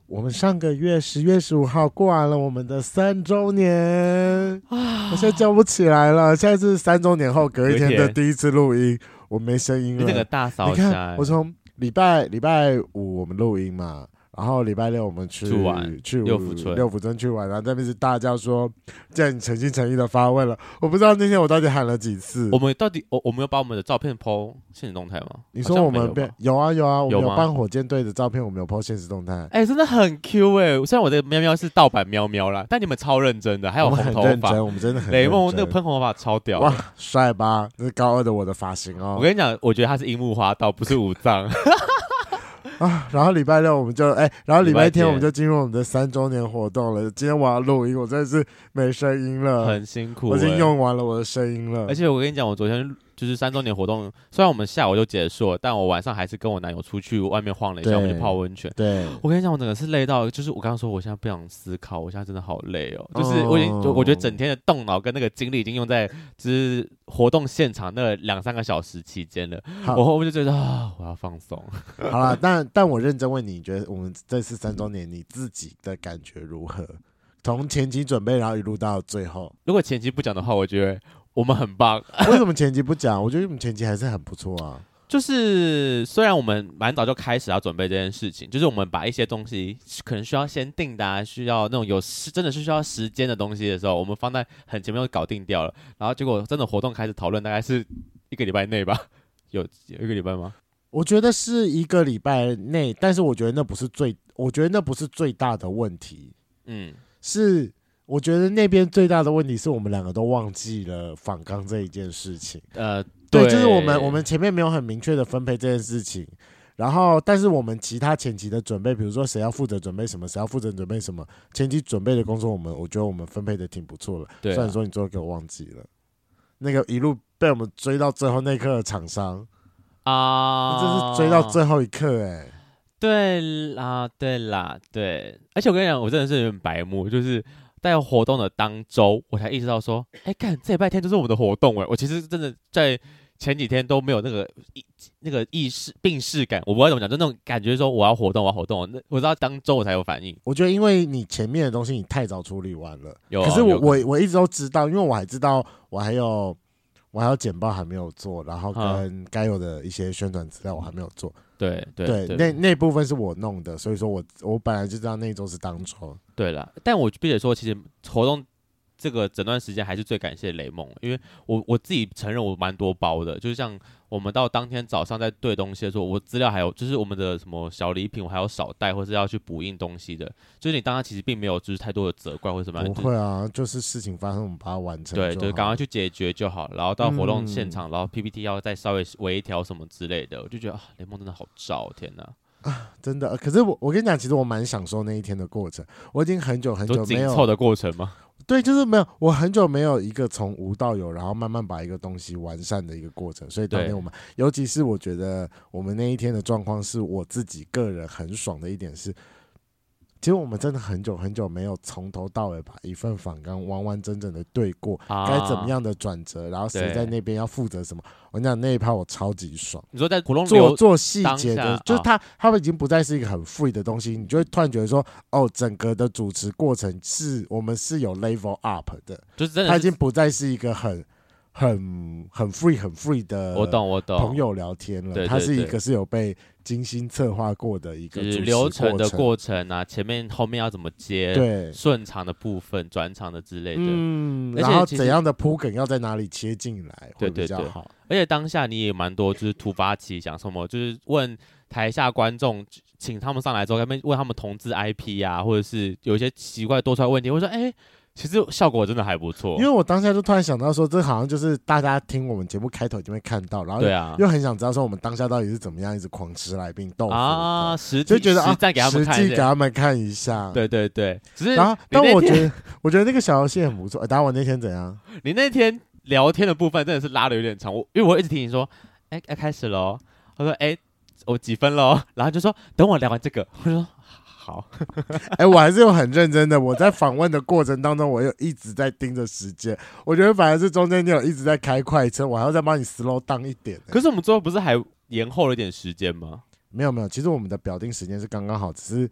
我们上个月10月15号过完了我们的3周年，我现在叫不起来了。现在是3周年后隔一天的第一次录音，我没声音了。 那个大扫你看，我从礼拜五我们录音嘛。然后礼拜六我们去六福村去玩，然后那边是大叫说，既然你诚心诚意的发问了，我不知道那天我到底喊了几次。 我们有把我们的照片 po 限时动态吗？ 你说我们有啊，我们有办火箭队的照片，我们有 po 限时动态。 真的很 Q 虽然我的喵喵是盗版喵喵啦，但你们超认真的，还有红头发， 我们真的很认真。 雷梦那个喷红头发超屌， 哇，帅吧？那是高2的我的发型哦。 我跟你讲，我觉得他是樱木花道，不是武藏。 然后礼拜六我们就然后礼拜天我们就进入我们的3周年活动了。今天我要录音，我真的是没声音了， 很辛苦， 我已经用完了我的声音了。 而且我跟你讲，我昨天就是3周年活动，虽然我们下午就结束了，但我晚上还是跟我男友出去外面晃了一下，我们去泡温泉。 对， 我跟你讲，我整个是累到，就是我刚刚说我现在不想思考，我现在真的好累哦。就是我觉得整天的动脑跟那个精力已经用在就是活动现场那2-3个小时期间了。我后面就觉得我要放松。 好了，但我认真问你觉得我们这次3周年你自己的感觉如何？从前期准备然后一路到最后。 如果前期不讲的话，我觉得我们很棒。 为什么前期不讲？我觉得我们前期还是很不错啊。 就是虽然我们蛮早就开始要准备这件事情，就是我们把一些东西可能需要先定的需要那种真的是需要时间的东西的时候，我们放在很前面就搞定掉了。然后结果真的活动开始讨论，大概是1个礼拜内吧。有1个礼拜吗？ 我觉得是1个礼拜内，但是我觉得那不是最大的问题。是我觉得那边最大的问题是我们2个都忘记了访纲这一件事情。对，就是我们前面没有很明确的分配这件事情，然后但是我们其他前期的准备，比如说谁要负责准备什么，谁要负责准备什么，前期准备的工作我觉得我们分配的挺不错的。虽然说你最后给我忘记了那个一路被我们追到最后那一刻的厂商啊，这是追到最后一刻对啦，对。而且我跟你讲，我真的是有点白目，就是在活动的当周，我才意识到说，干这礼拜天就是我们的活动我其实真的在前几天都没有那个病识感，我不知道怎么讲，就那种感觉说我要活动，我知道当周我才有反应。 我觉得因为你前面的东西你太早处理完了，可是我一直都知道，因为我还知道我还有简报还没有做，然后跟该有的一些宣传资料我还没有做。对，那部分是我弄的，所以说我本来就知道那一周是当周。对啦，但我必须得说，其实活动这个整段时间还是最感谢雷梦，因为我自己承认我蛮多包的，就是像我们到当天早上在对东西的时候，我资料还有就是我们的什么小礼品我还有少带，或是要去补印东西的，就是你当下其实并没有就是太多的责怪或什么。 不会啊，就是事情发生我们把它完成就好。 对，就是赶快去解决就好，然后到活动现场，然后 PPT 要再稍微微调什么之类的，我就觉得雷梦真的好照，天哪！ 真的，可是我跟你讲，其实我蛮享受那一天的过程。我已经很久没有紧凑的过程吗？ 对，就是没有，我很久没有一个从无到有，然后慢慢把一个东西完善的一个过程。所以当天我们，尤其是我觉得我们那一天的状况，是我自己个人很爽的一点是，其实我们真的很久没有从头到尾把一份访纲完完整整的对过，该怎么样的转折，然后谁在那边要负责什么。我跟你讲，那一趴我超级爽。 你说在活动做细节的，就是它已经不再是一个很 free 的东西，你就会突然觉得说，整个的主持过程我们是有 level up 的， 就是真的， 它已经不再是一个很 free 的我懂朋友聊天了，它是一个是有被精心策划过的一个主持流程的过程啊，前面后面要怎么接，对，顺场的部分、转场的之类的， 然后怎样的铺梗要在哪里切进来会比较好。 而且当下你也蛮多就是突发奇想，什么就是问台下观众，请他们上来之后，问他们同志 IP 啊，或者是有一些奇怪多出来的问题，或者说其实效果真的还不错。因为我当下就突然想到说，这好像就是大家听我们节目开头就会看到，然后又很想知道说我们当下到底是怎么样一直狂吃来宾豆腐啊， 就觉得实战给他们看， 实际给他们看一下。 对，只是然后但我觉得那个小游戏很不错。打我那天怎样？ 你那天聊天的部分真的是拉的有点长，因为我一直提醒说，开始了哦。他说，我几分了？然后就说等我聊完这个，我说好。 我还是有很认真的。我在访问的过程当中，我有一直在盯着时间。我觉得反而是中间你有一直在开快车，我还要再帮你 slow down 一点。 可是我们最后不是还延后了一点时间吗？ 没有，其实我们的表定时间是刚刚好，只是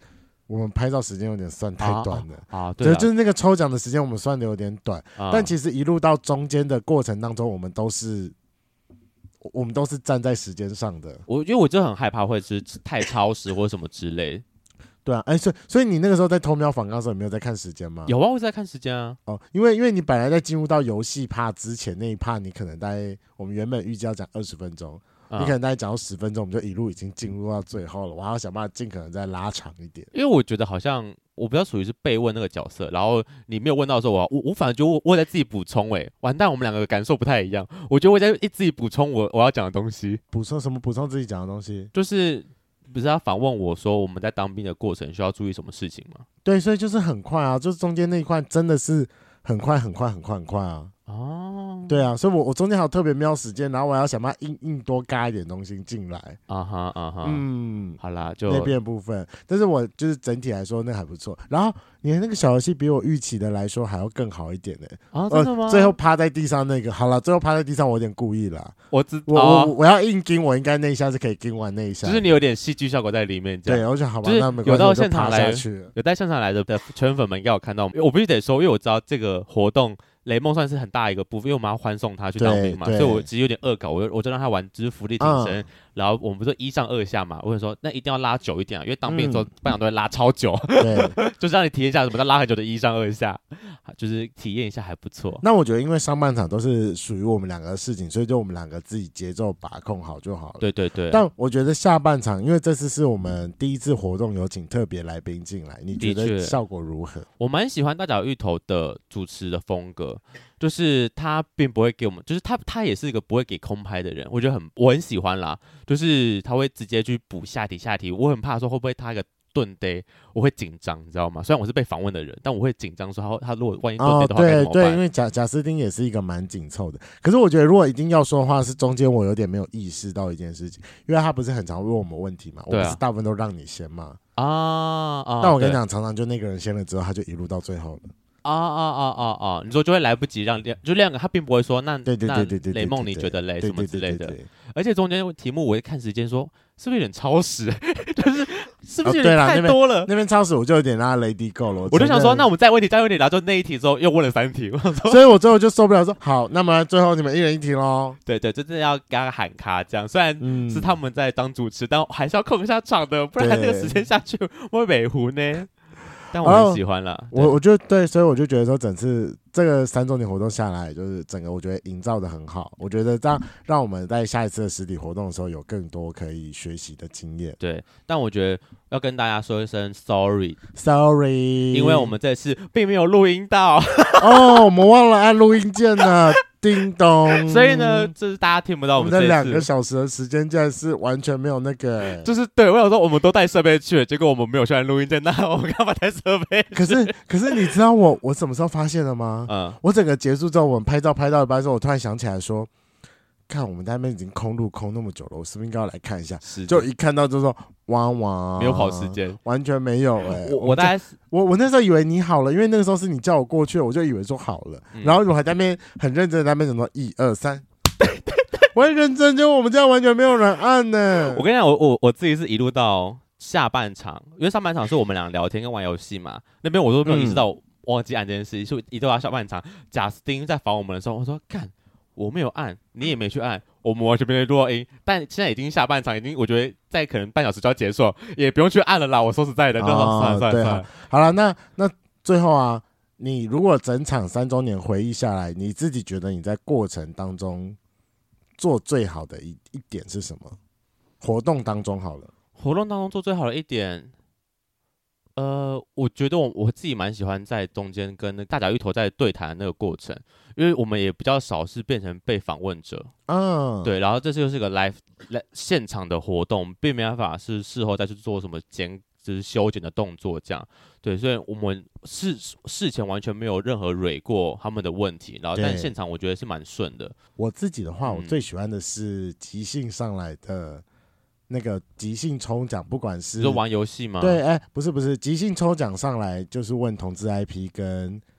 我们拍照时间有点算太短了对， 就是那个抽奖的时间我们算的有点短，但其实一路到中间的过程当中，我们都是站在时间上的。 因为我就很害怕会是太超时或什么之类。 对啊，所以你那个时候在偷瞄访纲的时候，有没有在看时间吗？ 有啊，我在看时间啊。 因为你本来在进入到游戏趴之前那一趴，你可能我们原本预计要讲20分钟，你可能大概讲到10分钟，我们就一路已经进入到最后了。我还要想办法尽可能再拉长一点， 因为我觉得好像我比较属于是被问那个角色，然后你没有问到的时候，我反而觉得我在自己补充，完蛋，我们两个感受不太一样。我觉得我在自己补充我要讲的东西。 补充什么？补充自己讲的东西？ 就是不是要访问我说我们在当兵的过程需要注意什么事情吗？ 对，所以就是很快啊，就是中间那一块真的是很快啊。对啊，所以我中间还有特别瞄时间，然后我要想办法硬多加一点东西进来。好啦，就那边的部分，但是我就是整体来说那还不错。然后你的那个小游戏比我预期的来说还要更好一点呢。 真的吗？ 最后趴在地上那个，好了，最后趴在地上我有点故意啦。我要硬盯，我应该那一下是可以盯完那一下， 就是你有点戏剧效果在里面。这样对，我想好吧， 就是那没关系， 有到现场来， 有带现场来的圈粉们应该有看到。我必须得说，因为我知道这个活动。雷梦算是很大一个部分，因为我们要欢送他去当兵嘛，所以我其实有点恶搞，我就让他玩就是伏地挺身，然后我们不是1上2下嘛，我就说那一定要拉久一点因为当兵的时候班长都会拉超久，就是让你体验一下什么叫拉很久的1上2下，就是体验一下还不错。 那我觉得因为上半场都是属于我们两个的事情，所以就我们两个自己节奏把控好就好了。 对。 但我觉得下半场，因为这次是我们第一次活动有请特别来宾进来，你觉得效果如何？ 我蛮喜欢大脚芋头的主持的风格。就是他并不会给我们，就是他也是一个不会给空拍的人，我很喜欢啦。就是他会直接去补下题，我很怕说会不会他一个顿呆，我会紧张，你知道吗？虽然我是被访问的人，但我会紧张说他如果万一顿呆的话该怎么办？ 对，因为贾斯汀也是一个蛮紧凑的。可是我觉得如果一定要说的话，是中间我有点没有意识到一件事情，因为他不是很常问我们问题嘛，我不是大部分都让你先嘛。但我跟你讲，常常就那个人先了之后，他就一路到最后了。 你说就会来不及让就两个，他并不会说那雷梦你觉得累什么之类的，而且中间题目我会看时间说是不是有点超时，是不是有点太多了？ 那边超时我就有点让他 Lady Go 了， 我就想说那我们再问题，然后就那一题之后又问了3题， 所以我最后就受不了说好，那么最后你们一人一题咯。 对，真的要给他喊卡这样，虽然是他们在当主持，但还是要控一下场的，不然这个时间下去我会美糊呢。但我很喜欢啦， 我觉得对，所以我就觉得说，整次这个3周年活动下来，就是整个我觉得营造的很好。我觉得这样让我们在下一次的实体活动的时候有更多可以学习的经验。 对，但我觉得要跟大家说一声 sorry， 因为我们这次并没有录音到我们忘了按录音键了。叮咚， 所以呢，就是大家听不到我们这 2个小时的时间，竟然是完全没有那个， 就是对我想说，我们都带设备去了，结果我们没有去按录音键，那我们干嘛带设备？ 可是你知道我什么时候发现的吗？我整个结束之后，我们拍照拍到一半的时候，我突然想起来说，看我们在那边已经空那么久了，我是不是应该要来看一下？就一看到就说哇， 没有跑时间， 完全没有我大概我那时候以为你好了，因为那个时候是你叫我过去，我就以为说好了，然后我还在那边很认真的在那边怎么1、2、3，我很认真，就我们这样完全没有人按呢。 我跟你讲，我自己是一路到下半场，因为上半场是我们俩聊天跟玩游戏嘛，那边我都没有意识到忘记按这件事情，是一路到下半场，贾斯汀在访我们的时候，我说干。我没有按，你也没去按，我们完全没录音。但现在已经下半场，我觉得再可能半小时就要结束，也不用去按了啦。我说实在的，算了。 好了，那最后啊，你如果整场3周年回忆下来，你自己觉得你在过程当中做最好的一点是什么？活动当中好了， 活动当中做最好的一点。我觉得我自己蛮喜欢在中间跟大脚芋头在对谈的那个过程，因为我们也比较少是变成被访问者，对，然后这次又是个 live 现场的活动，并没办法是事后再去做什么就是修剪的动作这样，对，所以我们事前完全没有任何蕊过他们的问题，然后但现场我觉得是蛮顺的。 我自己的话，我最喜欢的是即兴上来的。那个即兴抽奖，不管是你说玩游戏吗？ 对，不是即兴抽奖上来就是问同志 IP 跟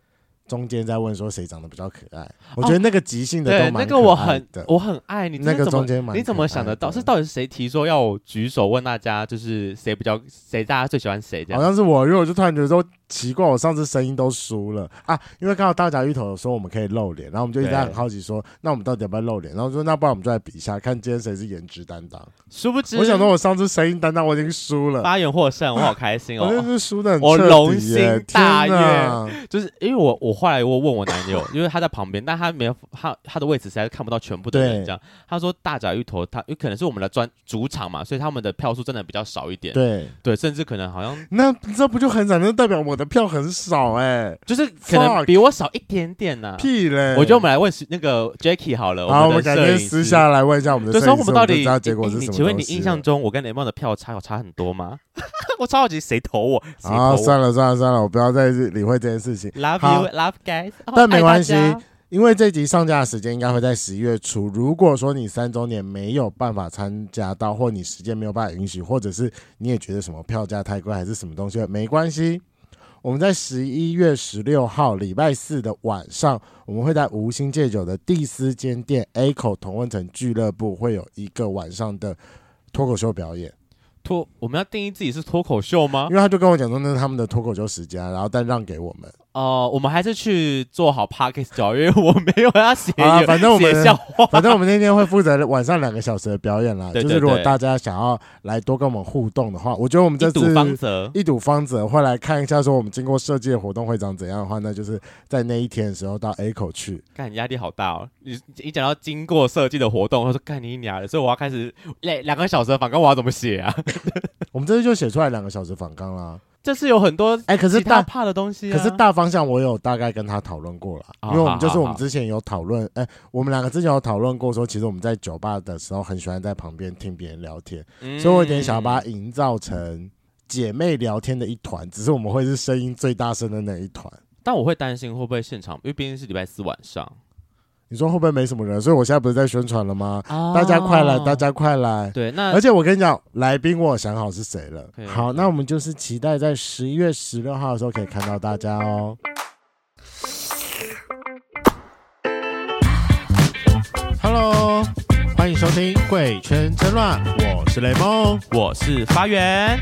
中间在问说谁长得比较可爱，我觉得那个即兴的都蛮可爱的。 那个我很爱你， 那个中间你怎么想得到？是到底是谁提说要我举手问大家，就是谁大家最喜欢谁？这样好像是我，因为我就突然觉得说奇怪，我上次声音都输了啊，因为刚好大甲芋头说我们可以露脸，然后我们就一直在很好奇说，那我们到底要不要露脸？然后说那不然我们就来比一下，看今天谁是颜值担当。 殊不知， 我想说我上次声音担当我已经输了，8 元获胜，我好开心哦！ 我真是输的很我龙心大悦， 就是因为我后来我问我男友，因为他在旁边，但他没有他的位置实在是看不到全部的人，这样他说大甲芋头他有可能是我们的主场嘛，所以他们的票数真的比较少一点，对，甚至可能好像那这不就很惨？那代表我的票很少就是可能比我少一点点呐。 屁嘞！ 我觉得我们来问那个 Jackie 好了， 好，我们改天私下来问一下我们的摄影师， 就说我们到底结果是什么？ 请问你印象中我跟雷梦的票有差很多吗？我超好奇谁投我？ 算了，我不要再理会这件事情。 Love you, love guys。 但没关系，因为这集上架的时间应该会在11月初。如果说你3周年没有办法参加到，或你时间没有办法允许，或者是你也觉得什么票价太贵还是什么东西，没关系。我们在11月16号礼拜四的晚上，我们会在无心戒酒的第4间店 A 口同温层俱乐部会有一个晚上的脱口秀表演。 我们要定义自己是脱口秀吗？ 因为他就跟我讲说那是他们的脱口秀时间，然后但让给我们。 我们还是去做好 podcast 就好，因为我没有要写反正我们笑话。 反正我们那天会负责晚上2个小时的表演啦。就是如果大家想要来多跟我们互动的话，我觉得我们这次一睹方泽会来看一下，说我们经过设计的活动会长怎样的话，那就是在那一天的时候到 A 口去。 干，压力好大哦！你讲到经过设计的活动，我说干你娘的，所以我要开始2个小时的访纲，我要怎么写啊？ 我们这次就写出来2个小时访纲啦。 这是有很多可是其他怕的东西可是大方向我有大概跟他讨论过了，因为我们就是我们之前有讨论，我们2个之前有讨论过说，其实我们在酒吧的时候很喜欢在旁边听别人聊天，所以我有点想要把它营造成姐妹聊天的一团，只是我们会是声音最大声的那一团。 但我会担心会不会现场，因为毕竟是礼拜4晚上。 你说会不会没什么人？所以我现在不是在宣传了吗？大家快来，大家快来！ 对，那而且我跟你讲，来宾我想好是谁了。好，那我们就是期待在11月16号的时候可以看到大家哦。Hello， 欢迎收听《贵圈争乱》，我是雷梦， 我是发源。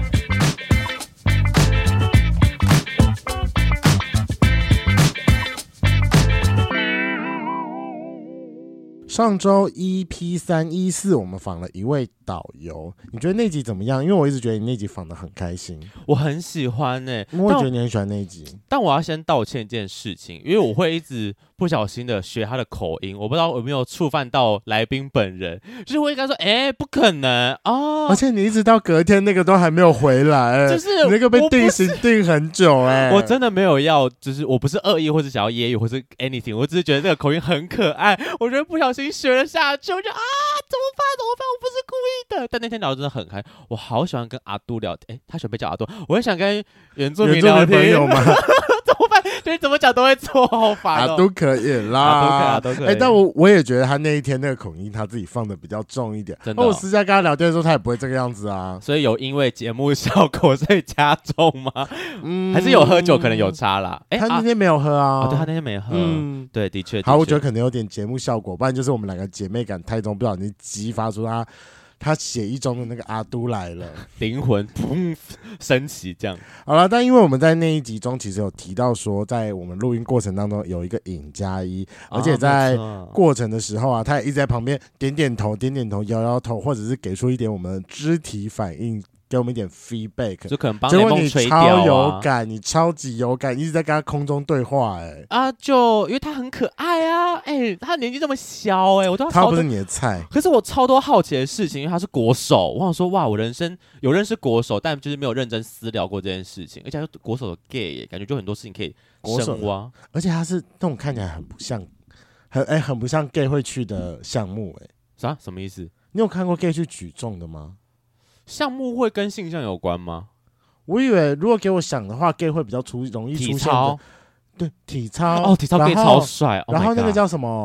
上周 EP314 我们访了一位导游，你觉得那集怎么样？因为我一直觉得你那集访得很开心， 我很喜欢我也觉得你很喜欢那一集。 但我要先道歉一件事情，因为我会一直不小心的学他的口音，我不知道有没有触犯到来宾本人，就是我应该说，不可能哦。 而且你一直到隔天那个都还没有回来， 就是你那个被定型定很久我真的没有要，就是我不是恶意或是想要揶揄或是 anything， 我只是觉得那个口音很可爱，我觉得不小心学了下去，我就怎么办？我不是故意的。但那天聊得真的很开，我好喜欢跟阿都聊天，他喜欢被叫阿都，我也想跟原住民聊天， 朋友吗？ 怎么办？对，怎么讲都会错，好烦都可以啦， 都可以。 但我也觉得他那一天那个口音他自己放的比较重一点。 真的我私下跟他聊天的时候，他也不会这个样子啊。 所以有因为节目效果所以加重吗？还是有喝酒可能有差啦。 他那天没有喝啊。 对，他那天没喝。对，的确。 好，我觉得可能有点节目效果，不然就是我们2个姐妹感太重，不小心激发出他血液中的那个阿都来了， 灵魂砰升起这样。 好了，但因为我们在那一集中其实有提到说，在我们录音过程当中有一个尹+1，而且在过程的时候他也一直在旁边点点头、摇摇头，或者是给出一点我们的肢体反应。给我们一点 feedback， 就可能帮雷梦吹掉啊。 结果你超有感，你超级有感，一直在跟他空中对话就因为他很可爱啊，他年纪这么小我都他不是你的菜。 可是我超多好奇的事情，因为他是国手，我想说哇，我人生有认识国手，但就是没有认真私聊过这件事情，而且他是国手的 gay 感觉就很多事情可以深挖， 而且他是那种看起来很不像，很不像 gay 会去的项目什么意思？ 你有看过 gay 去举重的吗？ 项目会跟性向有关吗？ 我以为如果给我想的话 ，gay 会比较容易出现的。对，体操。 体操 gay 超帅。 然后那个叫什么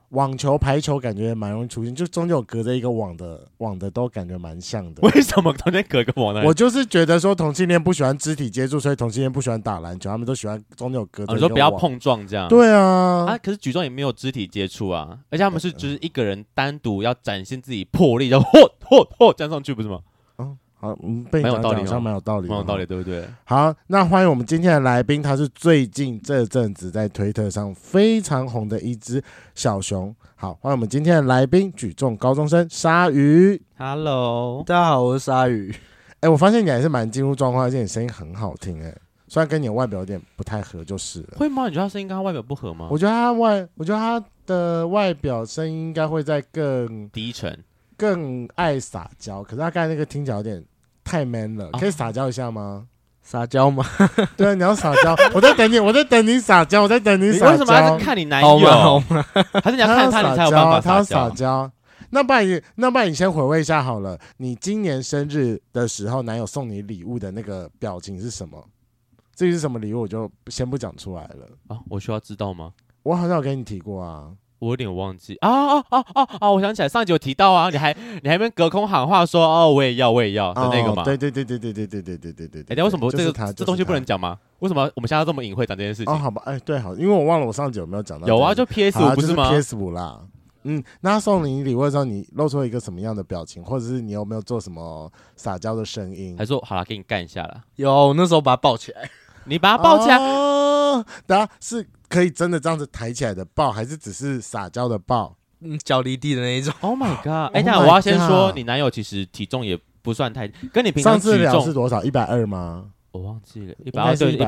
网球、排球感觉蛮容易出现，就中间有隔着一个网的都感觉蛮像的。 为什么中间隔一个网呢？ 我就是觉得说同性恋不喜欢肢体接触，所以同性恋不喜欢打篮球，他们都喜欢中间有隔着一个网。 你说不要碰撞这样？ 对啊， 可是举重也没有肢体接触啊，而且他们是就是一个人单独要展现自己魄力，然后嚯站上去不是吗？ 好，被你讲好像蛮有道理， 蛮有道理，对不对？ 好，那欢迎我们今天的来宾，他是最近这阵子在推特上非常红的一只小熊。好，欢迎我们今天的来宾，举重高中生鲨鱼。 Hello， 大家好，我是鲨鱼。 我发现你还是蛮进入状况，而且你声音很好听，虽然跟你的外表有点不太合，就是了。 会吗？你觉得他声音跟他外表不合吗？ 我觉得他的外表声音应该会再更低沉。 更爱撒娇，可是他刚才那个听起来有点太 man 了，可以撒娇一下吗？ 撒娇吗？ 对，你要撒娇，我在等你撒娇，我在等你撒娇。 你为什么要看你男友？ 好吗？ 还是你要看他，你才有办法他要撒撒娇。那不然你先回味一下好了，你今年生日的时候，男友送你礼物的那个表情是什么？至于是什么礼物，我就先不讲出来了。 我需要知道吗？ 我好像有跟你提过啊。 我有点忘记我想起来，上一集有提到啊，你还边隔空喊话说我也要的那个嘛。 对。为什么这东西不能讲吗？为什么我们现在要这么隐晦讲这件事情？ 好吧，对，好，因为我忘了我上集有没有讲到。 有啊，就 PS5 不是吗？ 就是 PS5 啦。那他送你礼物的时候，你露出一个什么样的表情，或者是你有没有做什么撒娇的声音？ 还说好啦，给你干一下啦。 有，我那时候把他抱起来。 你把他抱起来？ 等下是可以真的这样子抬起来的抱，还是只是撒娇的抱？ 脚离地的那一种。 Oh my god！ 那我要先说，你男友其实体重也不算太，跟你平常上次聊是多少？120吗？ 我忘记了，120对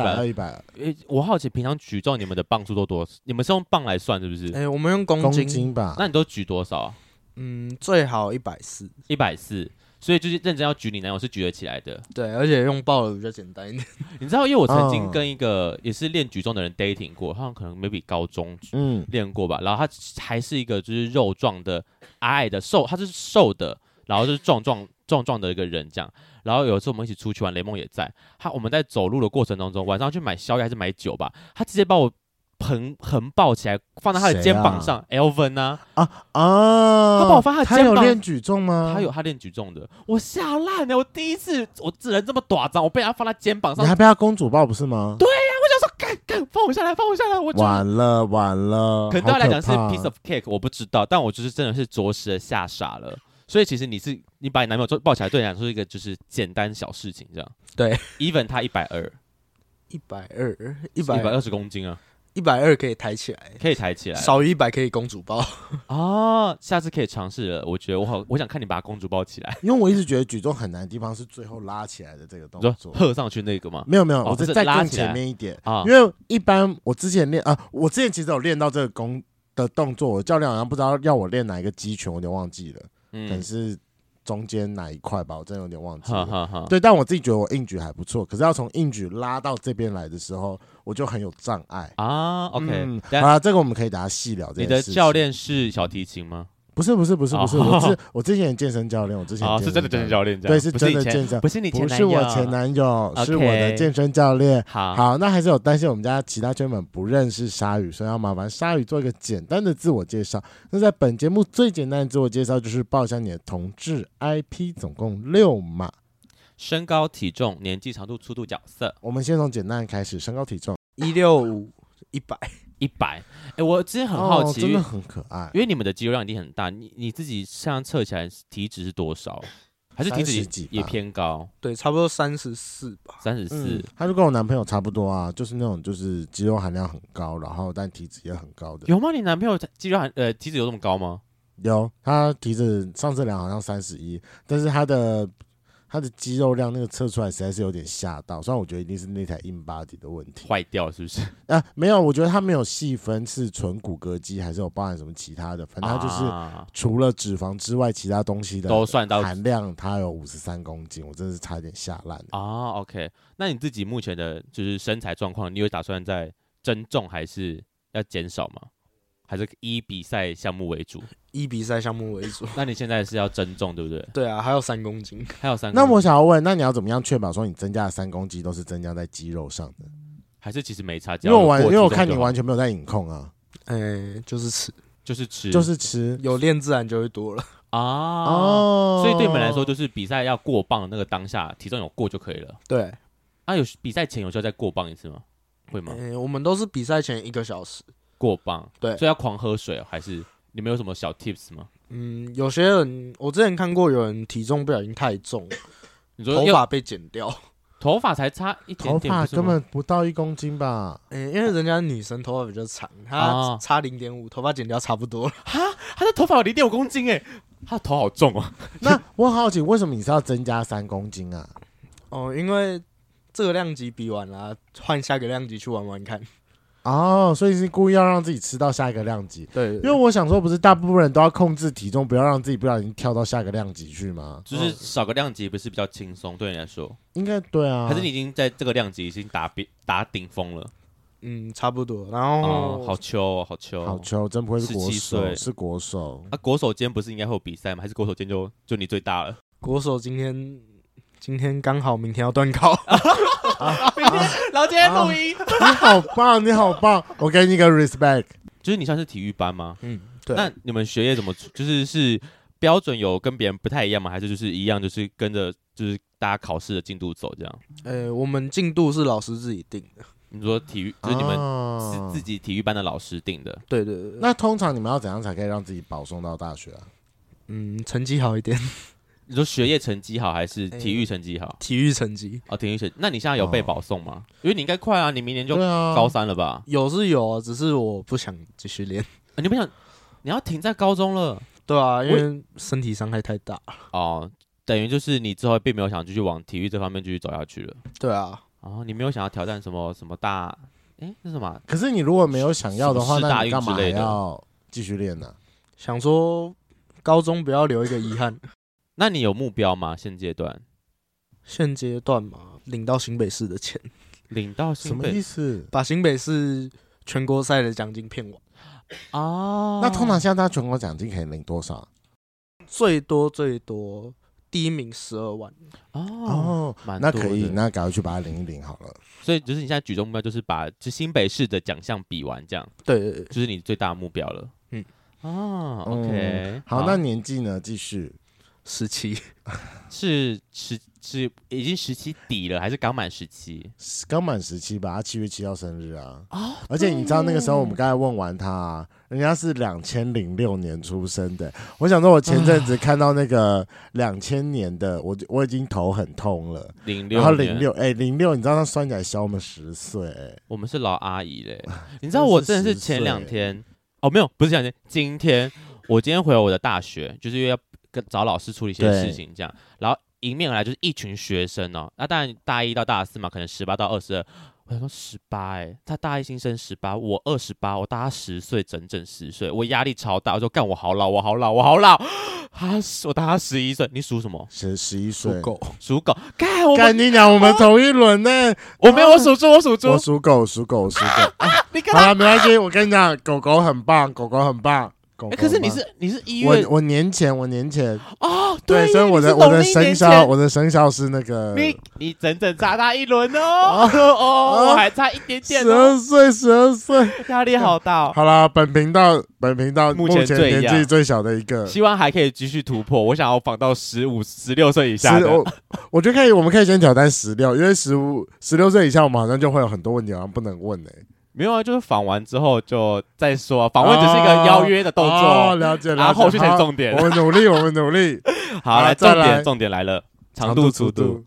120。 我好奇平常举重你们的磅数都多少？你们是用磅来算是不是？ 我们用公斤吧。 那你都举多少啊？ 最好140。 140。所以就是认真要举你男友是举得起来的。 对，而且用抱的比较简单一点。 你知道，因为我曾经跟一个也是练举重的人 dating 过，好像可能 maybe 高中练过吧。然后他还是一个就是肉壮的矮矮的瘦，他是瘦的，然后就是壮的一个人这样。然后有一次我们一起出去玩，雷梦也在。我们在走路的过程当中，晚上去买宵夜还是买酒吧，他直接把我横抱起来，放在他的肩膀上。Elvin 他把我放在他的肩膀。 他有练举重吗？ 他练举重的，我吓烂了。我第一次，我这人这么短张，我被他放在肩膀上。 你还被他公主抱不是吗？ 对呀，我想说，干，放我下来。 完了， 可能对他来讲是 piece of cake， 我不知道，但我就是真的是着实的吓傻了。所以其实你把你男朋友抱起来，对你来说是一个就是简单小事情，这样。 对 ，even 他120公斤啊。 120可以抬起来，少于100可以公主抱。 下次可以尝试了。我觉得我想看你把公主抱起来， 因为我一直觉得举重很难的地方是最后拉起来的这个动作， 喝上去那个吗？ 没有，我再更前面一点因为一般我之前其实有练到这个功的动作，我教练好像不知道要我练哪一个肌群，我有点忘记了，可能是中间哪一块吧，我真的有点忘记了。对，但我自己觉得我硬举还不错，可是要从硬举拉到这边来的时候，我就很有障碍 OK， 好了，这个我们可以等下细聊这件事情。 你的教练是小提琴吗？ 不是，我之前的健身教练，是真的健身教练， 对，是真的健身， 不是你前男友， 不是我前男友，是我的健身教练。好，那还是有担心我们家其他圈们不认识鲨鱼，所以要麻烦鲨鱼做一个简单的自我介绍。那在本节目最简单的自我介绍就是报一下你的同志 IP， 总共6码： 身高、体重、年纪、长度、粗度、角色。 我们先从简单的开始，身高体重 165、100。 我之前很好奇， 真的很可爱， 因为你们的肌肉量一定很大。你自己像测起来体脂是多少？还是体脂也偏高？ 对，差不多34吧。 34。 他就跟我男朋友差不多啊，就是那种就是肌肉含量很高，然后但体脂也很高的。 有吗？你男朋友体脂有这么高吗？ 有，他体脂上次量好像31，但是他的肌肉量那个测出来实在是有点吓到，虽然我觉得一定是那台硬 body 的问题坏掉，是不是？ 没有，我觉得他没有细分是纯骨骼肌还是有包含什么其他的，反正他就是除了脂肪之外，其他东西的都算到含量，他有53公斤，我真的是差点吓烂了。 OK， 那你自己目前的就是身材状况，你有打算在增重还是要减少吗？还是以比赛项目为主？ 以比赛项目为主。 那你现在是要增重，对不对？ 对啊，还有3公斤， 那我想要问，那你要怎么样确保说你增加的3公斤都是增加在肌肉上的？ 还是其实没差？ 因为我看你完全没有在饮控啊。 就是吃， 就是吃， 有练自然就会多了哦。所以对你们来说，就是比赛要过磅的那个当下，体重有过就可以了。 对， 有比赛前有需要再过磅一次吗？会吗？ 我们都是比赛前1个小时过磅， 对， 所以要狂喝水还是你们有什么小 tips 吗？ 有些人我之前看过有人体重不小心太重，你说头发被剪掉。 头发才差一点点， 头发根本不到1公斤吧？ 因为人家女生头发比较长，她差0.5，头发剪掉差不多了。 哈，她的头发有0.5公斤哎，她的头好重哦。 那我很好奇，为什么你是要增加3公斤啊？ 因为这个量级比完了，换下个量级去玩玩看。 所以是故意要让自己吃到下一个量级。 对， 因为我想说，不是大部分人都要控制体重，不要让自己不小心跳到下个量级去吗？ 就是少个量级不是比较轻松？对你来说， 应该对啊。 还是你已经在这个量级已经打顶峰了？ 差不多。然后好秋， 真不会是国手，是国手。 国手今天不是应该会有比赛吗？还是国手今天就你最大了？ 国手今天刚好，明天要断考。 明天，然后今天录音。 你好棒！我给你一个 respect。 就是你算是体育班吗？ 对。 那你们学业怎么？是标准有跟别人不太一样吗？还是就是一样，就是跟着就是大家考试的进度走这样？ 我们进度是老师自己定的。 你说体育就是你们是自己体育班的老师定的？ 对。 那通常你们要怎样才可以让自己保送到大学啊？ 成绩好一点。 你说学业成绩好还是体育成绩好？ 体育成绩体育成绩。那你现在有被保送吗？因为你应该快啊，你明年就高3了吧？ 有是有啊，只是我不想继续练。 你不想？你要停在高中了？ 对啊，因为身体伤害太大了。 等于就是你之后并没有想继续往体育这方面继续走下去了。 对啊。 你没有想要挑战什么大？是什么？ 可是你如果没有想要的话，那你干嘛还要继续练呢？ 想说高中不要留一个遗憾。 那你有目标吗？现阶段嘛，领到新北市的钱。 领到新北什么意思？ 把新北市全国赛的奖金骗完。 那通常现在全国奖金可以领多少？ 最多第1名12万。 那可以，那赶快去把它领一领好了。 所以就是你现在举重目标就是把新北市的奖项比完，这样。 对， 就是你最大的目标了。OK。 好，那年纪呢？继续。 17。 是已经17底了，还是刚满17？ 刚满17吧，他7月7号生日啊。而且你知道那个时候我们刚才问完他，人家是2006年出生的。我想说，我前阵子看到那个2000年的，我已经头很痛了。然后06，你知道他算起来小我们10岁。我们是老阿姨嘞。你知道我真的是前2天没有，不是前2天，今天回我的大学，就是因为要找老师处理一些事情，这样，然后迎面而来就是一群学生那当然大1到大4嘛，可能18到22。我想说18他大1新生18，我28，我大他10岁，整整10岁，我压力超大。我说干，我好老。我大他11岁，你属什么 ？11岁， 属狗。 干你娘，我们同一轮呢。 我没有，我属猪。我属狗。你好了，没关系，我跟你讲，狗狗很棒。 可是你是1月， 我年前对， 所以我的生肖是那个你整整差他1轮我还差一点点 12岁， 压力好大。 好啦，本频道目前年纪最小的一个， 希望还可以继续突破。我想要访到15、16岁以下的， 我觉得可以，我们可以先挑战16，因为15、16岁以下，我们好像就会有很多问题好像不能问没有啊，就是访完之后就再说。访问只是一个邀约的动作， 了解。 然后后续才是重点。 我们努力。 好，来重点来了，长度粗度。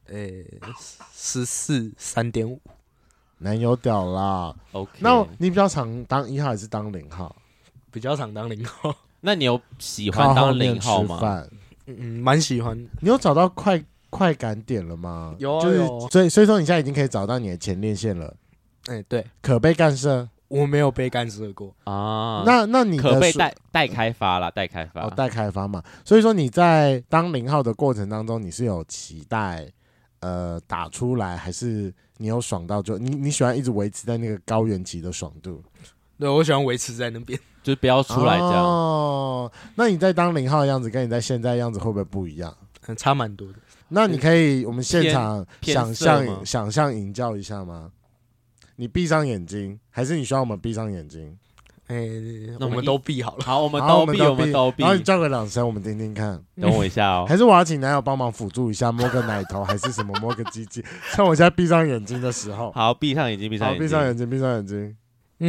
14 3.5， 男友屌啦。 OK， 那你比较常当1号还是当0号？ 比较常当0号。 那你有喜欢当0号吗？ 蛮喜欢。 你有找到快感点了吗？ 有， 所以说你现在已经可以找到你的前列腺了。 对， 可被干涉， 我没有被干涉过啊。 那你的可被待开发啦，待开发嘛。所以说你在当0号的过程当中，你是有期待打出来，还是你有爽到就你喜欢一直维持在那个高原期的爽度？ 对，我喜欢维持在那边， 就是不要出来这样。 那你在当0号的样子，跟你在现在的样子会不会不一样？ 差蛮多的。 那你可以我们现场想象营造一下吗？你闭上眼睛，还是你需要我们闭上眼睛？ 我们都避好了。 好，我们都避，我们都避。 然后你叫个2声，我们听听看。 等我一下哦。 还是我要请男友帮忙辅助一下，摸个奶头还是什么，摸个鸡鸡，像我现在闭上眼睛的时候。 好，闭上眼睛，闭上眼睛， 闭上眼睛，闭上眼睛。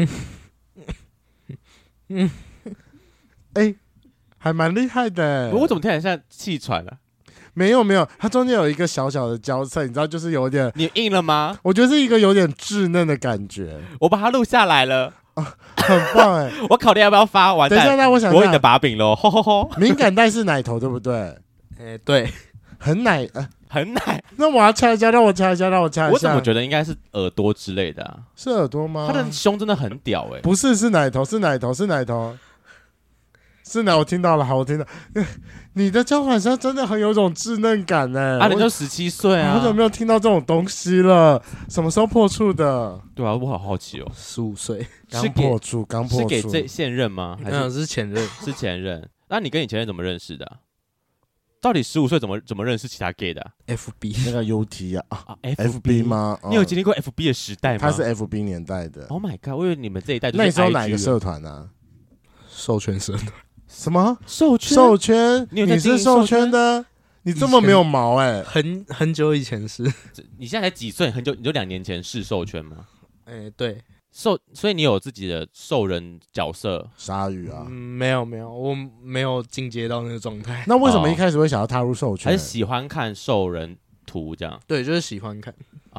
还蛮厉害的。 我怎么听起来像气喘啊？ 没有，它中间有一个小小的交错，你知道，就是有点。 你硬了吗？ 我觉得是一个有点稚嫩的感觉。 我把它录下来了。 很棒哎！ 我考虑要不要发完。 等一下，那我想我你的把柄喽，吼吼吼！ 敏感带是奶头对不对？ 对， 很奶， 很奶。 那我要掐一下，让我掐一下。 我怎么觉得应该是耳朵之类的啊？ 是耳朵吗？ 他的胸真的很屌哎！ 不是，是奶头，是奶头。我听到了，好，我听到。你的交换声真的很有种稚嫩感哎！ 你就17岁啊？ 好久没有听到这种东西了，什么时候破处的？ 对啊，我好好奇哦。 15岁刚破处， 是给这现任吗？还是前任？ 是前任。那你跟你前任怎么认识的啊？到底15岁怎么认识其他 gay 的啊 ？FB 那个 UT 啊 ，FB 吗？ 你有经历过 FB 的时代吗？ 他是 FB 年代的。 Oh my god！ 我以为你们这一代就是 IG 那时候哪个社团啊？ 授权社团。 什么授权？ 你是授权的？你这么没有毛哎！ 很久以前是。 你现在才几岁？你就2年前是授权吗？ 对。 所以你有自己的兽人角色？ 鲨鱼啊？ 没有，我没有进阶到那个状态。 那为什么一开始会想要踏入授权？ 还是喜欢看兽人图这样？ 对，就是喜欢看。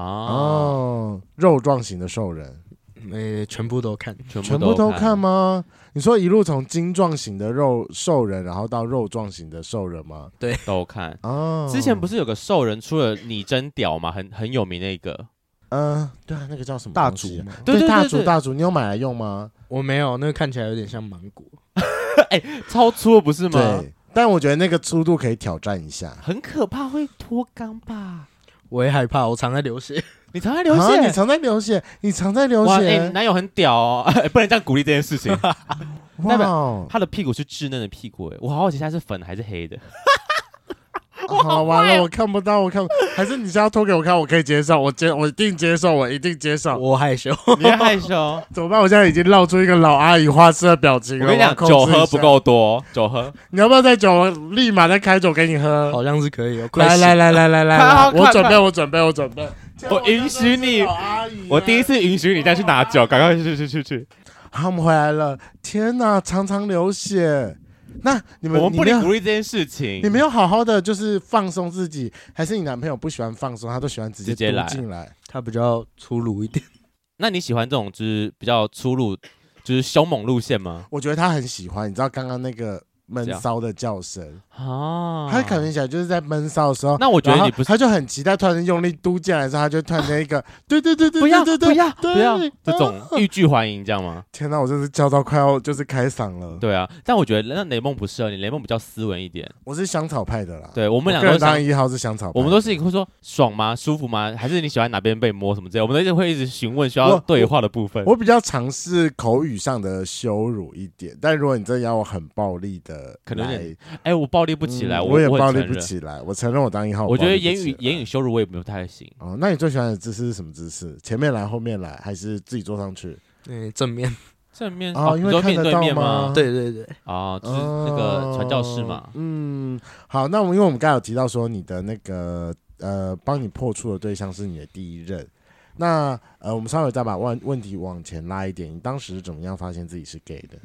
肉状型的兽人。 全部都看， 全部都看吗？你说一路从精壮型的兽人，然后到肉状型的兽人吗？ 对， 都看。之前不是有个兽人出了拟真屌吗？很有名那个。 对啊，那个叫什么大竹吗？ 对，大竹，你有买来用吗？ 我没有，那个看起来有点像芒果。 超粗不是吗？ 对，但我觉得那个粗度可以挑战一下。 很可怕，会脱肛吧？ 我也害怕，我常在流血。 你常在流血？ 你常在流血？你常在流血？ 你男友很屌哦，不能这样鼓励这件事情。代表他的屁股是稚嫩的屁股，我好好奇他是粉还是黑的。 好，完了，我看不到，还是你现在要脱给我看，我可以接受，我一定接受， 我害羞， 你也害羞， 怎么办？我现在已经露出一个老阿姨花痴的表情了。 我跟你讲，酒喝不够多，酒喝， 你要不要再酒？我立马再开酒给你喝， 好像是可以哦。 来，我准备， 我允许你，我第一次允许你再去拿酒，赶快去。 好，我们回来了。天哪，常常流血。那我们不能鼓励这件事情。 你没有好好的就是放松自己，还是你男朋友不喜欢放松，他都喜欢直接丢进来？ 他比较粗鲁一点。 那你喜欢这种就是比较粗鲁，就是凶猛路线吗？ 我觉得他很喜欢。你知道刚刚那个闷骚的叫声他感觉起来就是在闷骚的时候。 那我觉得你不是， 他就很期待，突然用力嘟进来的时候，他就突然间一个对， 不要这种欲拒还迎，这样吗？ 天哪，我真是叫到快要就是开嗓了。 对啊，但我觉得那雷梦不适合你，雷梦比较斯文一点。 我是香草派的啦。 对，我们两个都当1号是香草派。 我们都是会说爽吗？舒服吗？还是你喜欢哪边被摸什么之类？我们都会一直询问需要对话的部分。 我比较尝试口语上的羞辱一点，但如果你真的要我很暴力的， 可能我暴力不起来， 我也暴力不起来。我承认我当1号， 我觉得言语羞辱我也不太行。 那你最喜欢的姿势是什么姿势？前面来，后面来，还是自己坐上去？ 正面因为看得到吗？ 对就是那个传教士嘛。 好，那因为我们刚才有提到说你的那个帮你破处的对象是你的第一任，那我们稍微再把问题往前拉一点，你当时是怎么样发现自己是 gay 的？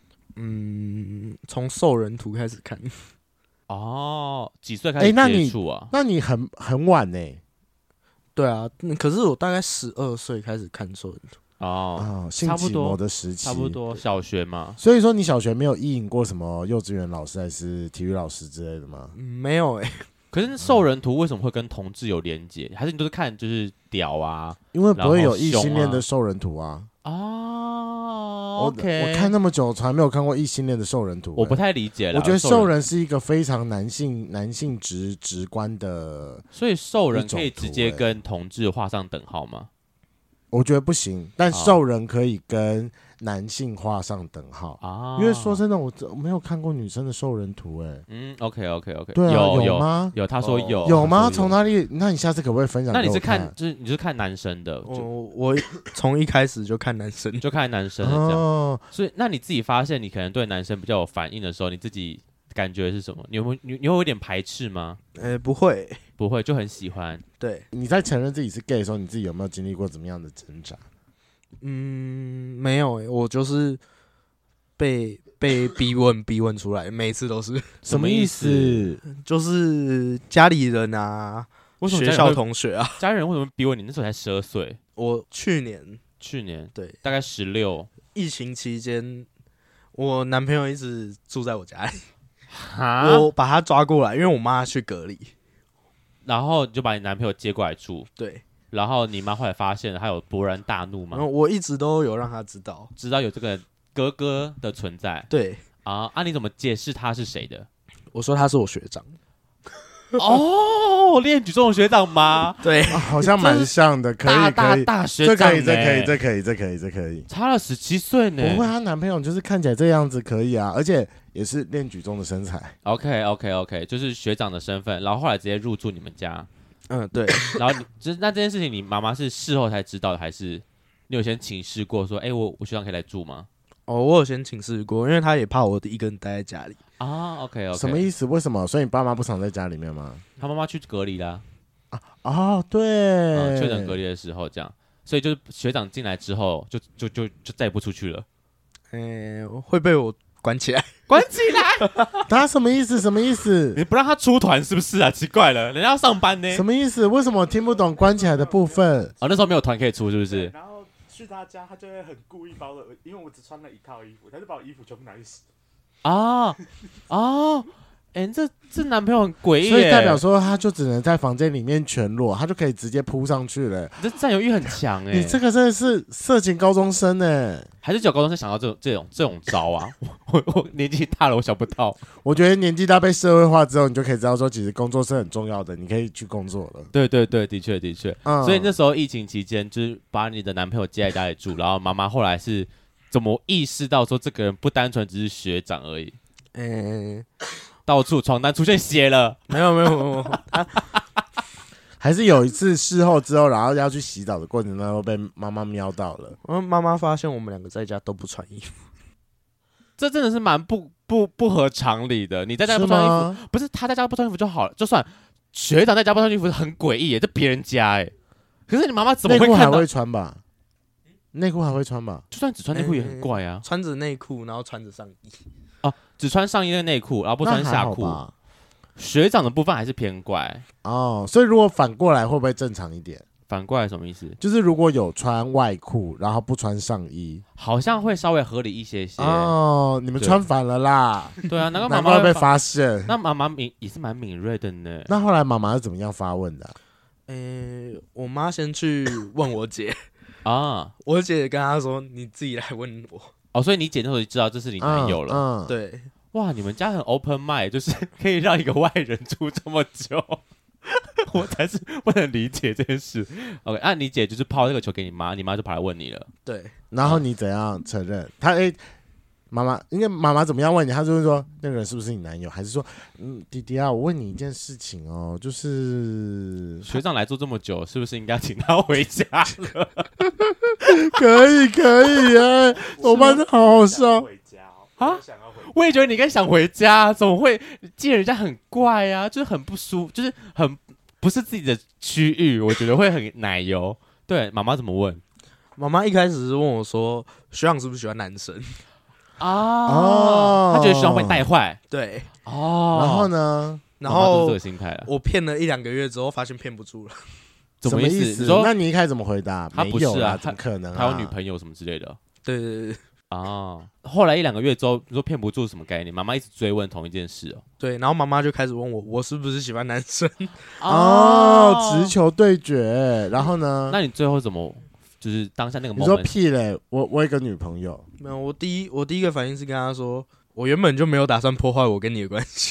从兽人图开始看。 几岁开始接触啊？ 那你很晚呢。 对啊，可是我大概12岁开始看兽人图。 性启蒙的时期， 差不多小学嘛。 所以说你小学没有意淫过什么幼稚园老师还是体育老师之类的吗？ 没有可是兽人图为什么会跟同志有连结？还是你都是看就是屌啊？ 因为不会有异性恋的兽人图啊。 OK， 我看那么久，从来没有看过异性恋的兽人图。 我不太理解了。 我觉得兽人是一个非常男性直观的， 所以兽人可以直接跟同志画上等号吗？ 我觉得不行，但兽人可以跟男性画上等号啊。因为说真的，我没有看过女生的兽人图 OK， 对啊， 有吗？ 有，他说有。 有吗？从哪里？那你下次可不可以分享给我看？ 那你是看，你是看男生的？ 我从一开始就看男生， 就看男生的这样。所以，那你自己发现你可能对男生比较有反应的时候，你自己感觉是什么？你会有点排斥吗？ 不会， 就很喜欢。 对， 你在承认自己是 gay 的时候，你自己有没有经历过怎么样的挣扎？ 没有我就是被逼问出来，每次都是。 什么意思？ 就是家里人啊，学校同学啊。 家人为什么逼问你？那时候才12岁。 我去年对，大概16。 疫情期间，我男朋友一直住在我家里。我把他抓过来，因为我妈去隔离， 然后就把你男朋友接过来住。 对， 然后你妈后来发现他有勃然大怒吗？ 我一直都有让他知道有这个哥哥的存在。 对你怎么解释他是谁的？ 我说他是我学长。 练举中的学长吗？ 对， 好像蛮像的，可以， 大学长， 这可以， 差了17岁呢。 不会，她男朋友就是看起来这样子可以啊，而且也是练举中的身材。 OK， 就是学长的身份，然后后来直接入住你们家。 对。 然后那这件事情，你妈妈是事后才知道的，还是你有先请示过说，我学长可以来住吗？ 我有先请示过，因为他也怕我一个人待在家里。 OK， 什么意思？为什么？所以你爸妈不常在家里面吗？ 他妈妈去隔离啦。 对， 确诊隔离的时候这样，所以就是学长进来之后，就再也不出去了。 会被我关起来。 关起来？ 他什么意思？什么意思？ 你不让他出团是不是啊？奇怪了，人家要上班呢。 什么意思？为什么我听不懂关起来的部分？ 那时候没有团可以出，是不是？ 然后去他家，他就会很故意把我，因为我只穿了一套衣服，他就把我衣服全部拿去洗。 这男朋友很诡异， 所以代表说他就只能在房间里面全裸，他就可以直接扑上去了。 你这占有欲很强你这个真的是色情高中生还是只有高中生想到这种招啊？我年纪大了，我想不到。 我觉得年纪大被社会化之后，你就可以知道说，其实工作是很重要的，你可以去工作了。 对，的确。所以那时候疫情期间，就是把你的男朋友接在家里住，然后妈妈后来是怎么意识到说这个人不单纯只是学长而已？到处床单出现血了， 没有， 还是有一次事后之后，然后要去洗澡的过程当中被妈妈瞄到了。 妈妈发现我们两个在家都不穿衣服， 这真的是蛮不合常理的。你在家不穿衣服，不是他在家不穿衣服就好了，就算学长在家不穿衣服很诡异耶，这别人家可是你妈妈怎么会看到？ 内裤还会穿吧？内裤还会穿吧？ 就算只穿内裤也很怪啊。 穿着内裤，然后穿着上衣。 只穿上衣的内裤，然后不穿下裤。学长的部分还是偏怪所以如果反过来会不会正常一点？ 反过来什么意思？ 就是如果有穿外裤，然后不穿上衣， 好像会稍微合理一些。 你们穿反了啦。 对啊，难怪妈妈会被发现。 那妈妈也是蛮敏锐的呢。 那后来妈妈是怎么样发问的？ 我妈先去问我姐我姐跟她说：“你自己来问我。” 所以你姐那时候就知道这是你男友了。 对， 哇，你们家很 open mind，就是可以让一个外人住这么久，我才是不能理解这件事。OK， 你姐就是抛这个球给你妈，你妈就跑来问你了。 对， 然后你怎样承认？妈妈，因为妈妈怎么样问你？她就会说那个人是不是你男友？还是说，弟弟啊，我问你一件事情就是学长来住这么久，是不是应该请他回家了？ 可以我班的好好笑我也觉得你应该想回家，怎么会见人家很怪啊？就是很不舒服，就是很不是自己的区域，我觉得会很奶油。对，妈妈怎么问？ 妈妈一开始是问我说，学长是不是喜欢男生？ 他觉得学长会带坏。 对， 然后呢？ 然后这个心态了。 我骗了1-2个月之后，发现骗不住了。 什么意思？那你一开始怎么回答？ 他不是啊， 怎么可能？ 他有女朋友什么之类的。 对。 后来1-2个月之后，你说骗不住什么概念？妈妈一直追问同一件事对，然后妈妈就开始问我是不是喜欢男生？ 直球对决。然后呢？ 那你最后怎么？就是当下那个 moment， 你说屁嘞！我有一个女朋友。 没有，我第一个反应是跟她说，我原本就没有打算破坏我跟你的关系。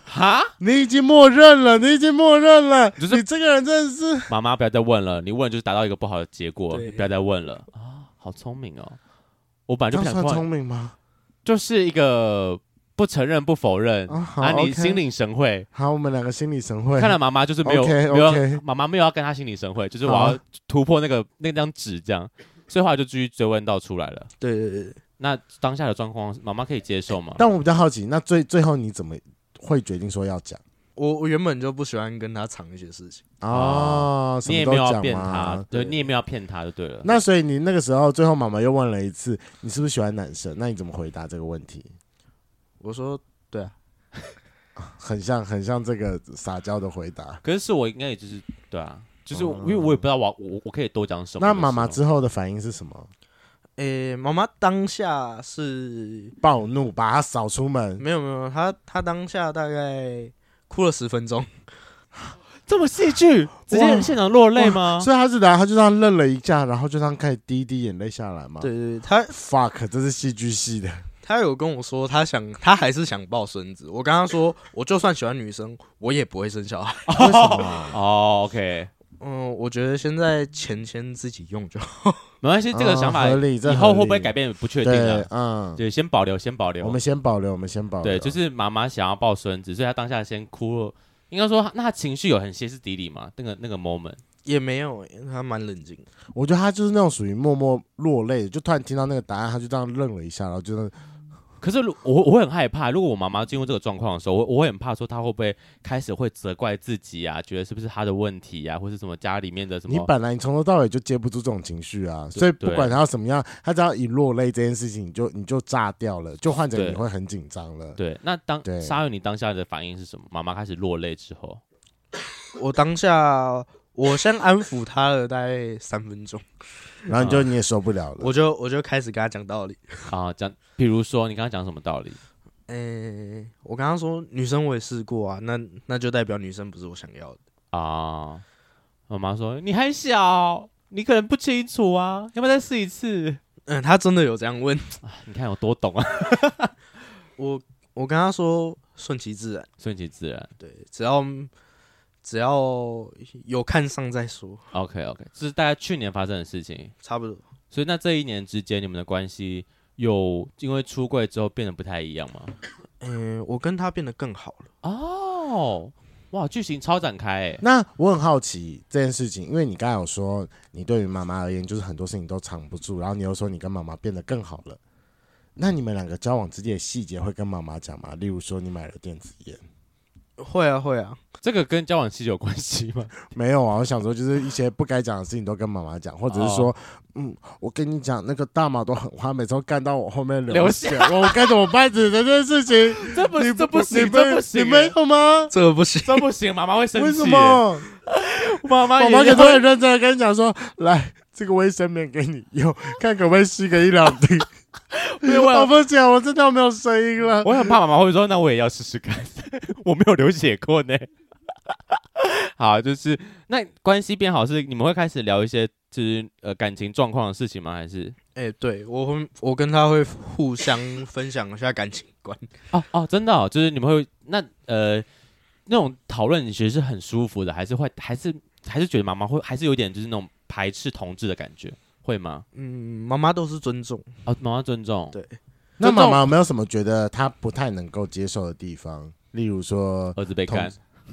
哈， 你已经默认了，你就是你这个人真的是。 妈妈不要再问了，你问就是达到一个不好的结果， 对不要再问了啊！好聪明哦，我本来就不想算聪明吗？ 就是一个不承认不否认啊， 你心领神会。 好，我们两个心领神会。 看来妈妈就是没有 OK 妈妈没有要跟他心领神会，就是我要突破那张纸这样，所以后来就继续追问到出来了。 对， 那当下的状况，妈妈可以接受吗？ 但我比较好奇，那最后你怎么会决定说要讲？ 我原本就不喜欢跟他藏一些事情你也没有要骗他，对，你也没有要骗他就对了。 那所以你那个时候最后妈妈又问了一次，你是不是喜欢男生？那你怎么回答这个问题？ 我说对啊， 很像这个撒娇的回答。 可是我应该也就是对啊，就是因为我也不知道我可以多讲什么。 那妈妈之后的反应是什么？ 妈妈当下是暴怒，把他扫出门。 没有，她当下大概哭了10分钟， 这么戏剧，直接现场落泪吗？ 所以他就这样愣了一下，然后就这样开始滴眼泪下来嘛。 对，他 fuck， 这是戏剧系的。 他有跟我说，他还是想抱孙子。我跟他说，我就算喜欢女生，我也不会生小孩。 为什么？ OK。 我觉得现在钱先自己用就好， 没关系，这个想法以后会不会改变不确定了。对，先保留。 我们先保留。 对，就是妈妈想要抱孙子，所以她当下先哭了。应该说，那她情绪有很歇斯底里嘛？那个 moment 也没有，她蛮冷静。 我觉得她就是那种属于默默落泪，就突然听到那个答案，她就这样愣了一下，然后就。 可是我会很害怕，如果我妈妈进入这个状况的时候，我会很怕说她会不会开始会责怪自己啊，觉得是不是她的问题啊，或是什么家里面的什么。 你本来你从头到尾就接不住这种情绪啊，所以不管她要什么样，她只要一落泪这件事情，你就炸掉了，就换成你会很紧张了。 对，那沙友你当下的反应是什么？妈妈开始落泪之后， 我当下我先安抚她了大概3分钟。 然后你也受不了了， 我就开始跟他讲道理啊，比如说你刚刚讲什么道理？ 我刚刚说女生我也试过啊，那就代表女生不是我想要的啊。妈妈说你还小，你可能不清楚啊，要不要再试一次？ 他真的有这样问， 你看有多懂啊！ 我跟他说顺其自然，对，只要有看上再说。 OK， 这是大概去年发生的事情， 差不多。 所以那这1年之间，你们的关系有因为出柜之后变得不太一样吗？ 我跟他变得更好了。 哦，哇，剧情超展开哎。 那我很好奇这件事情，因为你刚才有说，你对于妈妈而言，就是很多事情都藏不住，然后你又说你跟妈妈变得更好了。那你们两个交往之间的细节会跟妈妈讲吗？例如说你买了电子烟。 会啊， 这个跟交往期有关系吗？ 没有啊，我想说就是一些不该讲的事情都跟妈妈讲，或者是说，我跟你讲，那个大马都很花，每次都干到我后面流血，我该怎么办？这件事情， 这不行， 你没有吗？ 这不行， 妈妈会生气。 为什么？妈妈可能会很认真的跟你讲说，来，这个卫生棉给你用，看可不可以吸个1-2滴。我不讲，我真的没有声音了。 我很怕妈妈会说，那我也要试试看。我没有流血过呢。好，就是那关系变好是你们会开始聊一些就是感情状况的事情吗？还是？ 对，我跟他会互相分享一下感情观。 真的哦，就是你们会那种讨论，你觉得是很舒服的，还是觉得妈妈会还是有点就是那种排斥同志的感觉？会吗？ 妈妈都是尊重。 妈妈尊重。 对。 那妈妈有没有什么觉得她不太能够接受的地方？例如说， 儿子被干。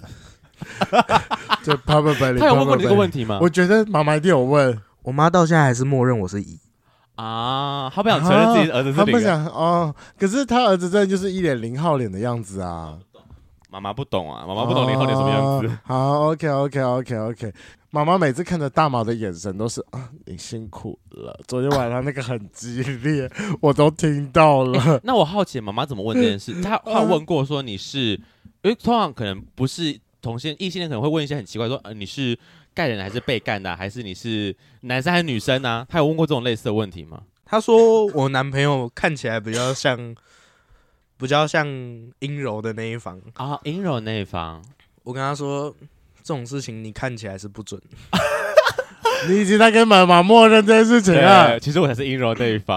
就 probably 他有问过你这个问题吗？ 我觉得妈妈一定有问。 我妈到现在还是默认我是乙啊，她不想承认自己的儿子是零。 她不想哦，可是她儿子真的就是一脸0号脸的样子啊。 妈妈不懂啊，妈妈不懂0号脸什么样子。 好 ，OK。妈妈每次看着大毛的眼神都是你辛苦了。昨天晚上那个很激烈，我都听到了。 那我好奇妈妈怎么问这件事？她问过说你是，因为通常可能不是同性异性恋，可能会问一些很奇怪，说你是干人还是被干的还是你是男生还是女生啊？她有问过这种类似的问题吗？ 她说我男朋友看起来比较像阴柔的那一方啊，阴柔那一方。 我跟她说。这种事情你看起来是不准， 你已经在跟妈妈默认这件事情了。 其实我才是阴柔那一方。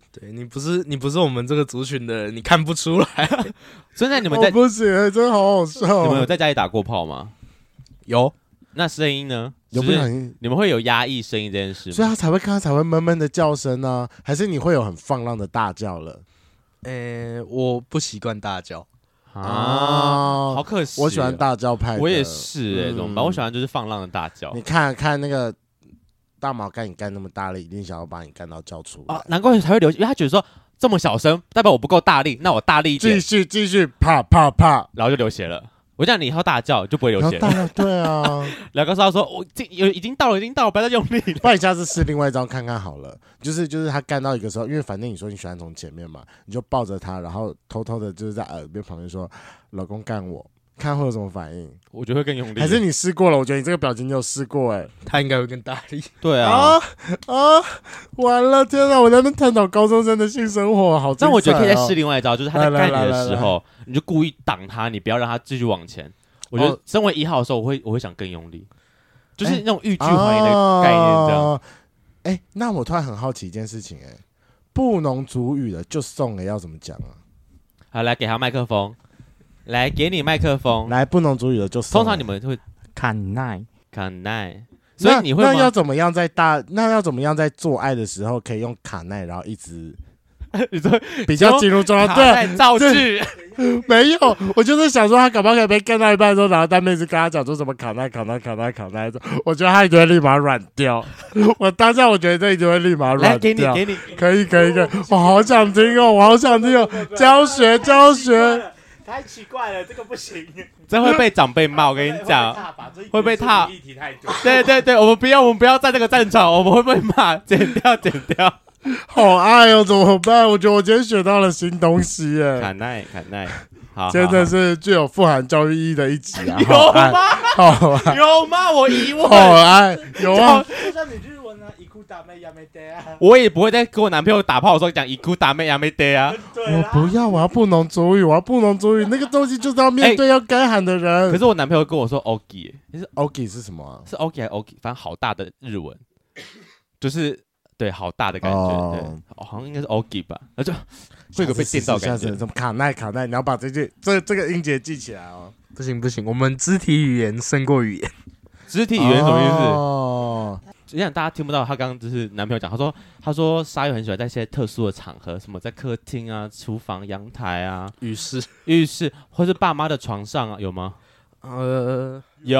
对你不是我们这个族群的人，你看不出来。 现在你们在不行，真的好好笑。 你们有在家里打过炮吗？ 有。 那声音呢？ 有不小心， 你们会有压抑声音这件事吗？ 所以他才会闷闷的叫声呢，还是你会有很放浪的大叫了？ 我不习惯大叫啊，好可惜。 我喜欢大叫派的， 我也是怎么办？我喜欢就是放浪的大叫。 你看看那个大毛干你干那么大力，一定想要把你干到叫出来啊，难怪才会流，因为他觉得说这么小声，代表我不够大力，那我大力一点， 继续啪啪啪， 然后就流血了。我叫你以后大叫就不会流血了。 对啊， 然后告诉他说：“我已经到了，不要再用力了。” 不然你下次试另外一招看看好了。就是他干到一个时候，因为反正你说你喜欢从前面嘛，你就抱着他，然后偷偷的就是在耳边旁边说：“老公干我。”看会有什么反应？ 我觉得会更用力。 还是你试过了？我觉得你这个表情你有试过他应该会更大力。 对啊， 完了！天哪，我在那边探讨高中生的性生活，好精彩。 但我觉得可以再试另外一招，就是他在干你的时候，你就故意挡他，你不要让他继续往前。我觉得身为1号的时候，我会想更用力，就是那种欲拒还迎的概念这样。 那我突然很好奇一件事情，不能主语的就送了，要怎么讲啊？ 好，来给他麦克风。来，给你麦克风。 来，不能主语的就送。 通常你们会看耐， 所以你会那要怎么样在做爱的时候可以用卡耐，然后一直你说比较进入状态？ 对，造句没有，我就是想说他搞不好可以被干到一半的时候，然后但妹子跟他讲说什么卡耐，我觉得他一定会立马软掉。我当下我觉得这一定会立马软掉。 来，给你， 可以，我好想听哦，教学。 太奇怪了，这个不行， 这会被长辈骂。我跟你讲，会被踏。对，我们不要在这个战场，我们会被骂，剪掉。 好爱哦，怎么办？我觉得我今天学到了新东西耶。 卡耐，好， 真的是具有富含教育意义的一集啊！ 有吗？有吗？我疑问。 好爱，有啊。 就像你日文啊，一哭打妹亚美得啊。 我也不会在跟我男朋友打炮的时候讲一哭打妹亚美得啊。 我不要，我要不能主语，那个东西就是要面对要该喊的人。 可是我男朋友跟我说 “ogi”， 你是 ogi 是什么啊？ 是 ogi 还是 ogi？ 反正好大的日文，就是对好大的感觉，对，好像应该是 ogi 吧？那就会有个被电到感觉。 什么卡耐，你要把这个音节记起来哦。 不行，我们肢体语言胜过语言。 肢体语言什么意思？就像大家听不到，他刚刚就是男朋友讲，他说沙友很喜欢在一些特殊的场合，什么在客厅啊、厨房、阳台啊、 浴室， 或是爸妈的床上啊，有吗？有，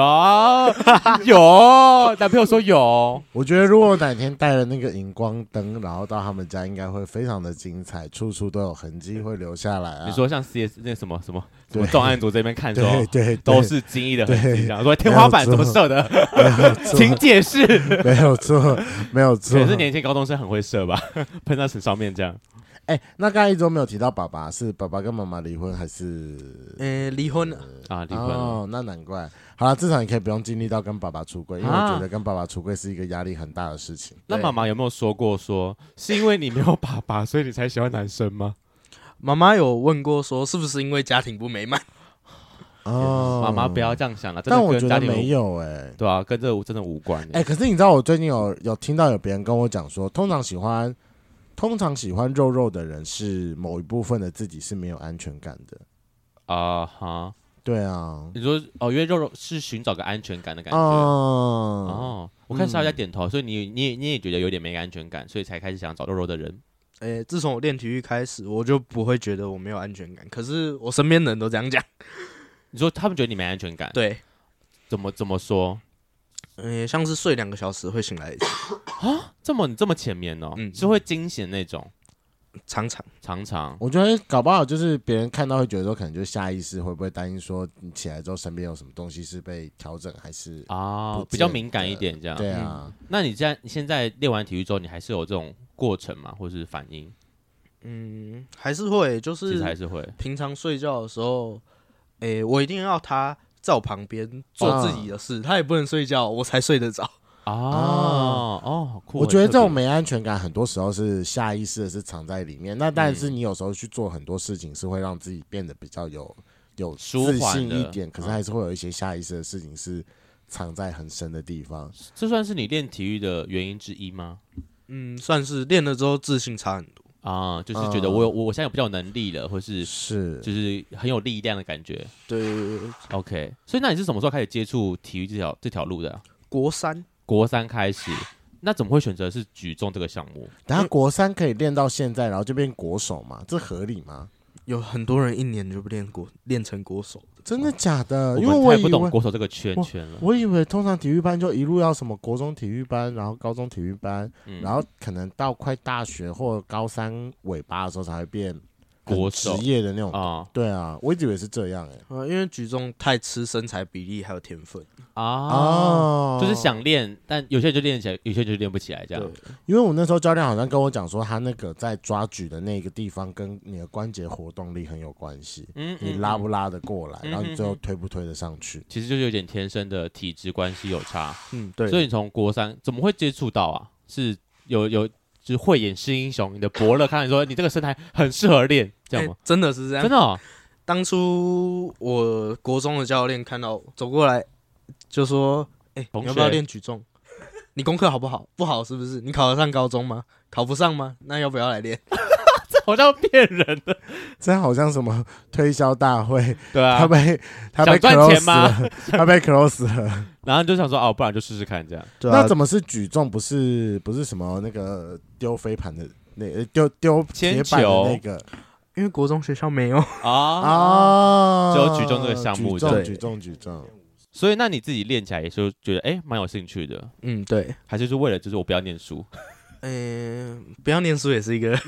男朋友说有。 我觉得如果哪天带了那个荧光灯，然后到他们家，应该会非常的精彩，处处都有痕迹会留下来啊。 你说像 CS 那什么重案组这边看说， 对， 都是精益的痕迹，这样说天花板怎么射的，请解释。 没有错。 可是年轻高中生很会射吧？喷到上面这样。 那刚才一直都没有提到爸爸，是爸爸跟妈妈离婚还是？ 离婚了啊，离婚了。 哦，那难怪。好了，至少你可以不用经历到跟爸爸出柜，因为我觉得跟爸爸出柜是一个压力很大的事情。 那妈妈有没有说是因为你没有爸爸，所以你才喜欢男生吗？ 妈妈有问过说，是不是因为家庭不美满？ 妈妈不要这样想了。 但我觉得没有对啊，跟这真的无关。 可是你知道，我最近有听到有别人跟我讲说，通常喜欢肉的人是某一部分的自己是没有安全感的哈。 对啊， 你说因为肉是寻找个安全感的感觉。我看沙在点头，所以你也觉得有点没安全感，所以才开始想找肉的人。 自从我练体育开始，我就不会觉得我没有安全感。可是我身边的人都这样讲。 你说他们觉得你没安全感？ 对， 怎么说？ 像是睡2个小时会醒来一次啊？你这么浅眠哦？是会惊醒那种？ 常常， 我觉得搞不好就是别人看到会觉得说，可能就下意识会不会担心说，你起来之后身边有什么东西是被调整还是比较敏感一点这样？ 对啊。 那你现在练完体育之后，你还是有这种过程吗？或是反应？ 还是会，就是其实还是会。 平常睡觉的时候，我一定要他在我旁边做自己的事，他也不能睡觉，我才睡得着。 我觉得这种没安全感很多时候是下意识的，是藏在里面。那但是你有时候去做很多事情，是会让自己变得比较有自信一点，可是还是会有一些下意识的事情是藏在很深的地方。 这算是你练体育的原因之一吗？ 算是练了之后自信差很多。 就是觉得我现在比较有能力了，或是就是很有力量的感觉。 对 ，OK。所以那你是什么时候开始接触体育这条路的啊？ 国三开始。那怎么会选择是举重这个项目？ 等下国三可以练到现在，然后就变国手嘛？这合理吗？ 有很多人1年就练成国手的， 真的假的？因为我太不懂国手这个圈了。 我以为通常体育班就一路要什么国中体育班，然后高中体育班，然后可能到快大学或高三尾巴的时候才会变国手职业的那种对啊，我一直以为是这样因为举重太吃身材比例还有天分就是想练，但有些人就练起来，有些人就练不起来这样。 因为我那时候教练好像跟我讲说，他那个在抓举的那个地方跟你的关节活动力很有关系，你拉不拉得过来，然后你最后推不推得上去， 其实就是有点天生的体质关系有差。 对。 所以你从国三怎么会接触到啊？是有就是慧眼识英雄，你的伯乐看你说你这个身材很适合练，这样吗？ 真的是这样， 真的当初我国中的教练看到走过来就说：“你要不要练举重？你功课好不好？不好是不是？你考得上高中吗？考不上吗？那要不要来练？” 这好像骗人的， 这好像什么推销大会， 对啊， 他被赚钱吗？ 他被 close 了， 然后就想说不然就试试看这样。 那怎么是举重？不是什么那个丢飞盘的丢铁板的那个？ 因为国中学校没有只有举重这个项目， 举重。 所以那你自己练起来也是觉得蛮有兴趣的， 对， 还是为了就是我不要念书， 不要念书也是一个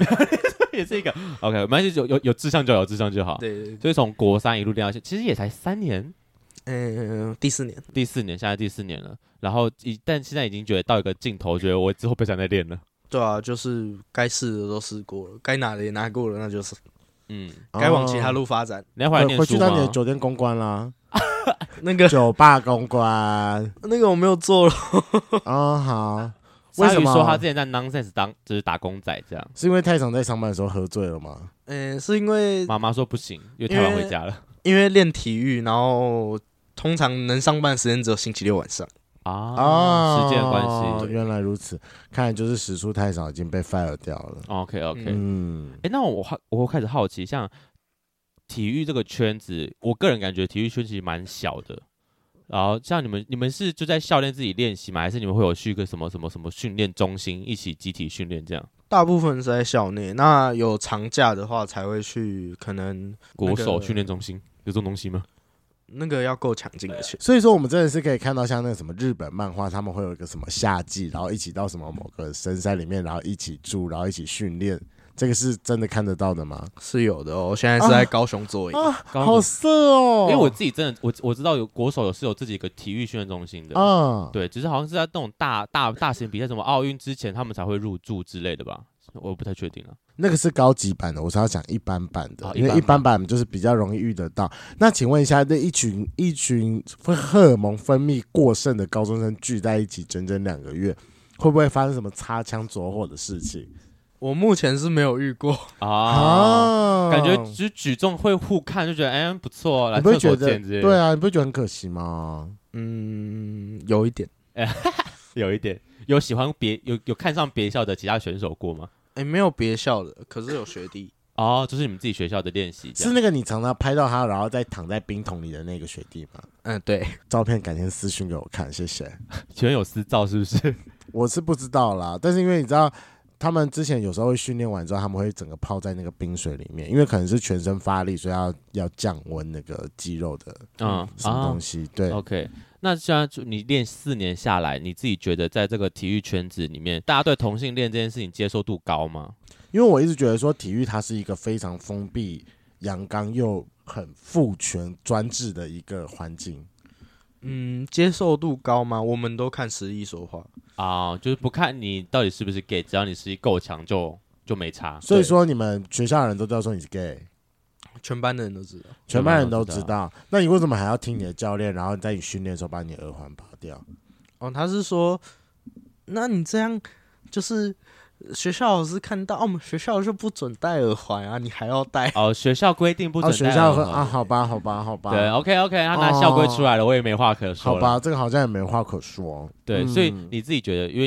OK， 没关系，有志向就好， 对， 所以从国三一路练到其实也才3年， 第4年， 现在第4年了，然后但现在已经觉得到一个尽头，觉得我之后不想再练了。 对啊，就是该试的都试过了，该拿的也拿过了，那就是该往其他路发展。 你要回来念书吗？ 回去当你的酒店公关啦。 那个酒吧公关， 那个我没有做了。 好。 为什么说他之前在 Nonsense 就是打工仔这样？ 是因为太常在上班的时候喝醉了吗？ 是因为妈妈说不行，因为太晚回家了。 因为练体育，然后通常能上班的时间只有星期六晚上。 时间的关系， 原来如此，看来就是时数太少，已经被 fire 掉了。 OK， 那我会开始好奇，像体育这个圈子，我个人感觉体育圈其实蛮小的。然后像你们是就在校内自己练习吗？还是你们会有去个什么训练中心一起集体训练这样？ 大部分是在校内，那有长假的话才会去可能国手训练中心，有这种东西吗？ 那个要够强劲的钱， 所以说我们真的是可以看到像那个什么日本漫画，他们会有一个什么夏季，然后一起到什么某个深山里面，然后一起住，然后一起训练，这个是真的看得到的吗？ 是有的哦，我现在是在高雄做一个， 好色哦！ 因为我自己真的我知道有国手是有自己一个体育训练中心的，对，只是好像是在那种大型比赛，什么奥运之前他们才会入驻之类的吧，我不太确定了。 那个是高级版的，我是要讲一般版的，因为一般版就是比较容易遇得到。那请问一下，那一群荷尔蒙分泌过剩的高中生聚在一起整整2个月，会不会发生什么擦枪走火的事情？ 我目前是没有遇过感觉只举重会互看，就觉得不错，来厕所见之类的。对啊，你不会觉得很可惜吗？ 有一点， 有一点。有喜欢有看上别校的其他选手过吗？ 没有别校的，可是有学弟。 就是你们自己学校的练习， 是那个你常常拍到他，然后再躺在冰桶里的那个学弟吗？ 对， 照片改天私讯给我看，谢谢。 请问有私照是不是？ 我是不知道啦，但是因为你知道，他们之前有时候会训练完之后，他们会整个泡在那个冰水里面，因为可能是全身发力，所以要降温那个肌肉的什么东西。对 ，OK。那现在你练4年下来，你自己觉得在这个体育圈子里面，大家对同性恋这件事情接受度高吗？ 因为我一直觉得说，体育它是一个非常封闭、阳刚又很父权专制的一个环境。 接受度高吗？我们都看实力说话就是不看你到底是不是 gay， 只要你实力够强就没差。 所以说你们学校的人都知道说你是 gay。 全班的人都知道， 全班人都知道。那你为什么还要听你的教练，然后在你训练的时候把你耳环拔掉？ 他是说，那你这样就是学校老师看到，我们学校就不准戴耳环啊，你还要戴？ 学校规定不准戴耳环。好吧。 对 ，OK， 他拿校规出来了，我也没话可说了。 好吧，这个好像也没话可说。 对，所以你自己觉得，因为你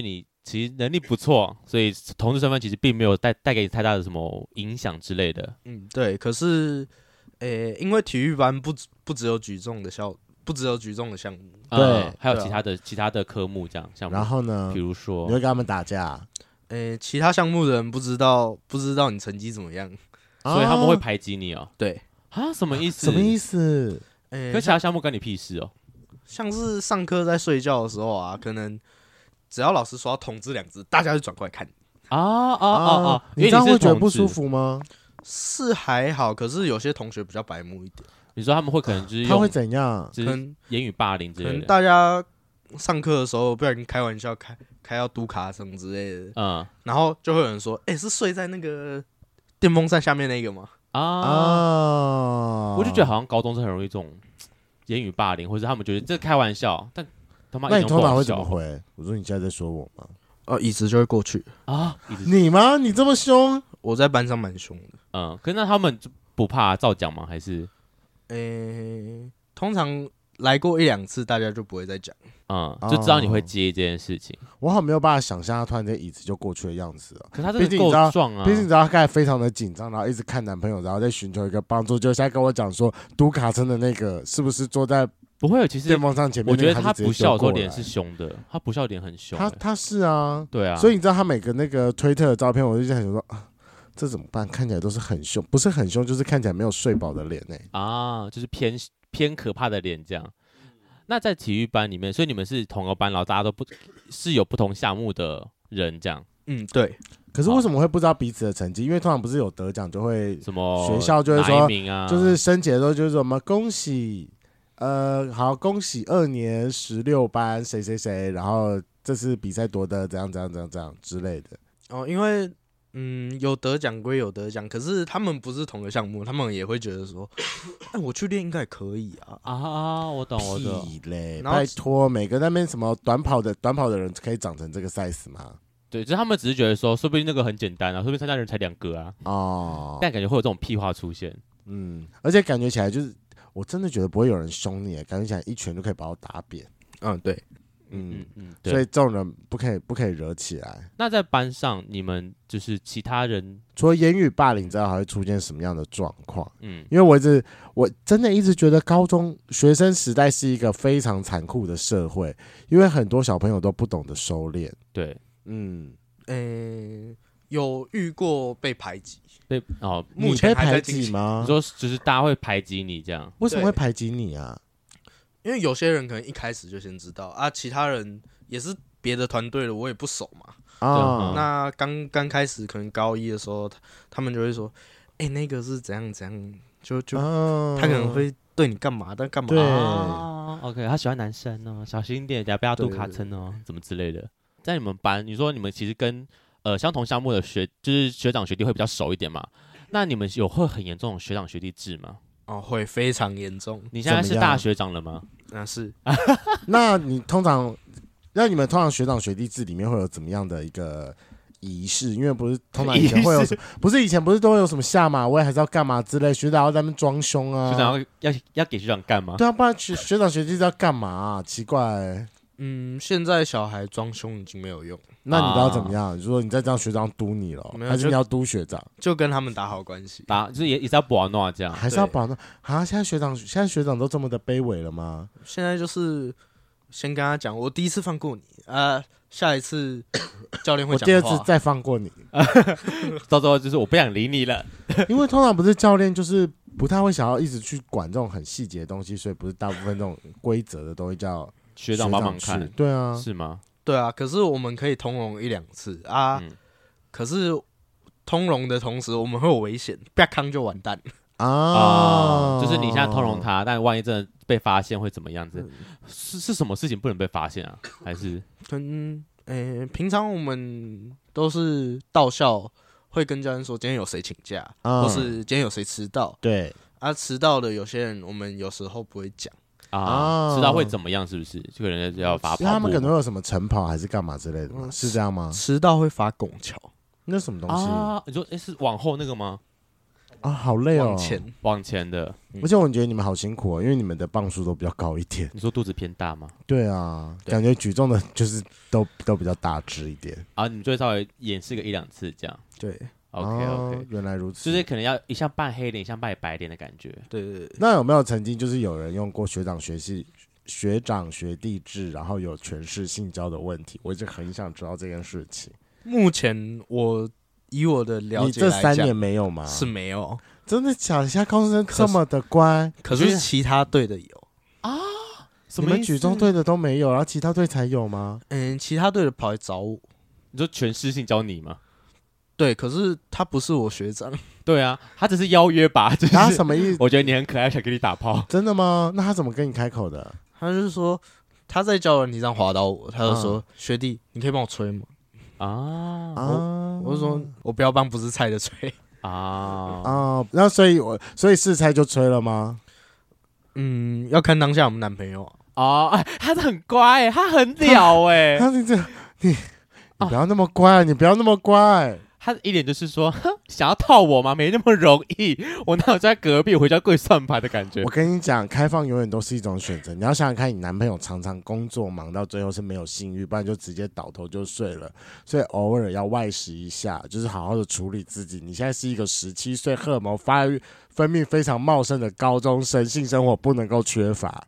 其实能力不错，所以同志身份其实并没有带给你太大的什么影响之类的。 对。可是，因为体育班不只有举重的项目， 对， 还有其他的科目这样项目。 然后呢， 比如说你会跟他们打架， 其他项目的人不知道你成绩怎么样， 所以他们会排挤你哦。 对啊，什么意思？ 什么意思？ 可其他项目跟你屁事哦。 像是上课在睡觉的时候啊，可能只要老师说到同志2字，大家就转过来看你。 你这样会觉得不舒服吗？ 是还好，可是有些同学比较白目一点。 你说他们会可能就是他会怎样？ 可能言语霸凌之类的。 可能大家上课的时候不小心开玩笑开到嘟卡声之类的，然后就会有人说：“是睡在那个电风扇下面那个吗？” 我就觉得好像高中是很容易这种言语霸凌，或者他们觉得这开玩笑，但他妈那你通常会怎么回？我说你现在在说我吗？ 椅子就会过去啊？ 你吗？你这么凶？ 我在班上蛮凶的。 可是那他们不怕照讲吗？还是？ 通常来过1-2次，大家就不会再讲。 就知道你会接这件事情。 我好没有办法想象他突然间椅子就过去的样子啊！ 可是他真的够壮啊！ 毕竟你知道他刚才非常的紧张，然后一直看男朋友，然后在寻求一个帮助。就现在跟我讲说，读卡车的那个是不是坐在不会有？其实电风扇前面， 我觉得他不笑的时候脸是凶的，他不笑脸很凶。 他是啊， 对啊。 所以你知道他每个那个推特的照片，我就想说这怎么办？看起来都是很凶，不是很凶，就是看起来没有睡饱的脸就是偏可怕的脸这样。那在体育班里面，所以你们是同个班，然后大家都是有不同项目的人这样。 对。 可是为什么会不知道彼此的成绩？因为通常不是有得奖就会什么学校就会说，就是升级的时候就是什么恭喜，好恭喜2年16班谁谁谁，然后这次比赛夺得怎样之类的。 因为有得奖归有得奖，可是他们不是同个项目，他们也会觉得说，我去练应该也可以啊。 我懂。 屁嘞，拜托，每个那边什么短跑的人可以长成这个 size 吗？ 对，就是他们只是觉得说，说不定那个很简单啊，说不定参加人才2个啊。但感觉会有这种屁话出现。 而且感觉起来就是，我真的觉得不会有人凶你，感觉起来一拳就可以把我打扁。 对。 所以这种人不可以惹起来。 那在班上，你们就是其他人除了言语霸凌之外，还会出现什么样的状况？因为我真的一直觉得高中学生时代是一个非常残酷的社会，因为很多小朋友都不懂得收敛。 对， 有遇过被排挤， 目前还在进行吗？ 你说就是大家会排挤你这样？ 为什么会排挤你啊？ 因为有些人可能一开始就先知道其他人也是别的团队的，我也不熟嘛。那刚开始可能高1的时候，他们就会说，那个是怎样，就他可能会对你干嘛，但干嘛？ 对 ，OK， 他喜欢男生哦，小心一点，等下不要杜卡称哦，怎么之类的。在你们班，你说你们其实跟相同项目的就是学长学弟会比较熟一点嘛？那你们会很严重的学长学弟制吗？ 会非常严重。 你现在是大学长了吗？ 是。 那你们通常学长学弟制里面会有怎么样的一个仪式？因为不是通常以前会有不是以前不是都会有什么下马威还是要干嘛之类？学长要在那边装凶啊？ 学长要给学长干嘛？ 对啊，不然学长学弟要干嘛奇怪。 现在小孩装凶已经没有用。 那你都要怎么样？你说你再这样，学长督你了，还是你要督学长？ 就跟他们打好关系， 就是也是要保暖这样， 还是要保暖？现在学长都这么的卑微了吗？ 现在就是先跟他讲，我第一次放过你下一次教练会讲话， 我第2次再放过你， 到时候就是我不想理你了。 因为通常不是教练就是不太会想要一直去管这种很细节的东西，所以不是大部分这种规则的都会叫学长帮忙看。 对啊， 是吗？ 对啊，可是我们可以通融1-2次可是通融的同时我们会有危险，啪康就完蛋就是你现在通融他，但万一真的被发现会怎么样子？是什么事情不能被发现啊？还是平常我们都是到校会跟教练说今天有谁请假，或是今天有谁迟到。 对迟到的有些人我们有时候不会讲知道会怎么样？是不是？这个人要罚跑步， 他们可能会有什么晨跑还是干嘛之类的吗？是这样吗？ 迟到会罚拱桥， 那什么东西？ 你说是往后那个吗？ 啊，好累哦， 往前的。 而且我觉得你们好辛苦哦，因为你们的磅数都比较高一点。 你说肚子偏大吗？ 对啊，感觉举重的就是都比较大只一点啊，你就会稍微演示个1-2次这样。 对 ，OK， 原来如此， 就是可能要一项扮黑脸，一项扮白脸的感觉。 对。 那有没有曾经就是有人用过学长学弟制，然后有权势性交的问题？我一直很想知道这件事情。 目前以我的了解来讲， 你这3年没有吗？ 是没有。 真的假的？现在高中生这么的乖， 可是其他队的有啊？什么意思？ 你们举重队的都没有，然后其他队才有吗？ 其他队的跑来找我。 你说全势性教你吗？ 对，可是他不是我学长。 对啊，他只是邀约吧？就是、 他什么意思？ 我觉得你很可爱，想跟你打炮。 真的吗？那他怎么跟你开口的？ 他就是说他在交友软体上滑到我，他就说、学弟，你可以帮我吹吗？我就说我不要帮不是菜的吹。 然后所以试菜就吹了吗？ 要看当下我们男朋友他很乖，他很屌哎。 你不要那么乖，你不要那么乖。 他一脸就是说，想要套我吗？没那么容易，我哪有在隔壁回家跪算盘的感觉。 我跟你讲，开放永远都是一种选择。你要想想看，你男朋友常常工作忙到最后是没有性欲，不然就直接倒头就睡了。所以偶尔要外食一下，就是好好的处理自己。你现在是一个17岁，荷尔蒙分泌非常茂盛的高中生，性生活不能够缺乏。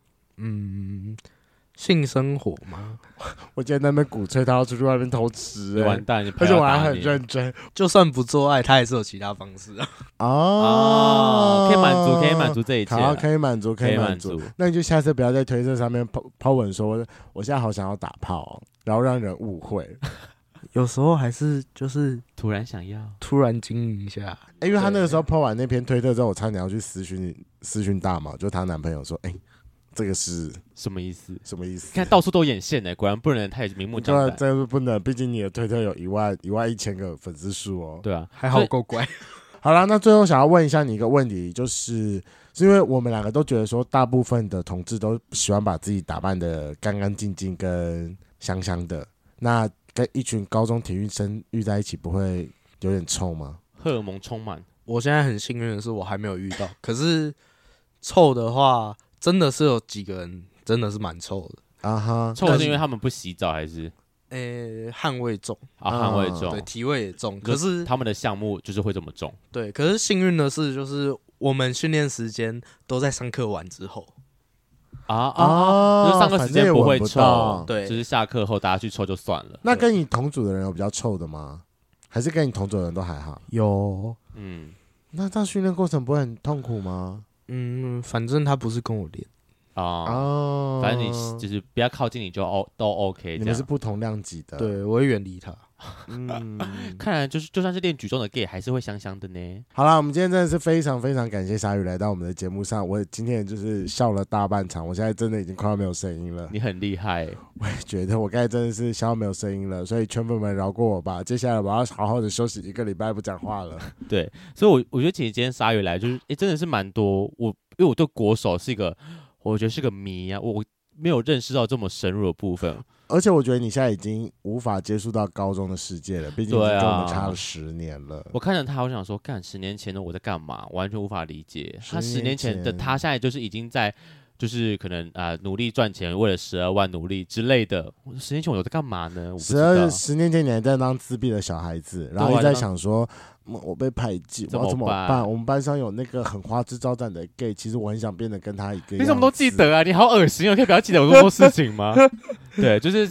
性生活吗？ 我今天在那边鼓吹他要出去外面偷吃、 完蛋！ 而且我还很认真， 就算不做爱，他也是有其他方式可以满足这一切。 好，可以满足。那你就下次不要在推特上面抛文说，我现在好想要打炮，然后让人误会。 有时候还是就是突然想要， 突然经营一下。 因为他那个时候抛完那篇推特之后，我差点要去私讯大毛，就她男朋友说，这个是什么意思？ 看到处都眼线果然不能太明目张胆。 对，这个不能，毕竟你的推特有11000个粉丝数哦。 对啊， 还好够乖。 好啦，那最后想要问一下你一个问题，是因为我们两个都觉得说，大部分的同志都喜欢把自己打扮的干干净净跟香香的，那跟一群高中体育生遇在一起，不会有点臭吗？ 荷尔蒙充满。 我现在很幸运的是，我还没有遇到。可是臭的话，真的是有几个人真的是蛮臭的臭是因为他们不洗澡还是？ 汗味重汗味重， 对，体味也重。可是他们的项目就是会这么重。 对，可是幸运的是，就是我们训练时间都在上课完之后。 就是上课时间不会臭， 对， 就是下课后大家去臭就算了。 那跟你同组的人有比较臭的吗？还是跟你同组的人都还好？ 有， 那这样训练过程不会很痛苦吗？ 反正他不是跟我练反正你就是不要靠近你就都 OK。 你们是不同量级的， 对，我会远离他。 看来就算是练举重的 gay 还是会香香的呢。 好啦，我们今天真的是非常非常感谢鲨鱼来到我们的节目上。我今天就是笑了大半场，我现在真的已经快要没有声音了。 你很厉害我也觉得我刚才真的是笑到没有声音了，所以圈粉们饶过我吧。接下来我要好好的休息1个礼拜不讲话了。 对，所以我觉得其实今天鲨鱼来就是真的是蛮多。因为我对国手是一个，我觉得是个谜啊，我没有认识到这么深入的部分。 而且我觉得你现在已经无法接触到高中的世界了，毕竟已经跟我们差了10年了。 我看着他，我想说，10年前的我在干嘛？完全无法理解。他10年前的他，现在就是已经在，就是可能努力赚钱，为了12万努力之类的。10年前我在干嘛呢 ？10年前你还在当自闭的小孩子，然后一直在想说，我被排挤，我要怎么办？我们班上有那个很花枝招展的 gay， 其实我很想变得跟他一个样子。 你怎么都记得啊？你好恶心哦！可以不要记得我做过事情吗？对，就是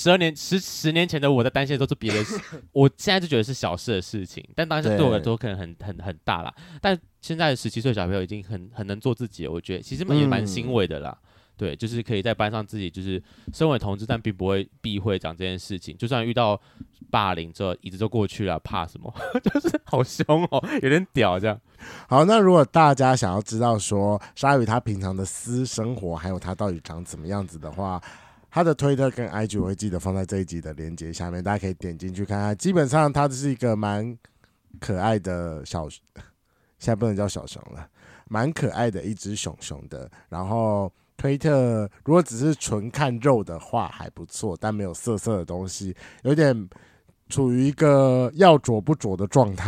10年前的我在担心的都是别的事，我现在就觉得是小事的事情，但当时对我来说可能很大啦。但现在17岁小朋友已经很能做自己了，我觉得其实也蛮欣慰的啦。对，就是可以在班上自己就是身为同志，但并不会避讳讲这件事情。就算遇到霸凌之后，椅子就过去了，怕什么？就是好凶哦，有点屌这样。 好，那如果大家想要知道说鲨鱼他平常的私生活，还有他到底长怎么样子的话，他的推特跟 IG 我会记得放在这一集的连结下面，大家可以点进去看看。基本上他是一个蛮可爱的现在不能叫小熊了，蛮可爱的一只熊熊的。然后推特如果只是纯看肉的话还不错，但没有色的东西，有点处于一个要着不着的状态。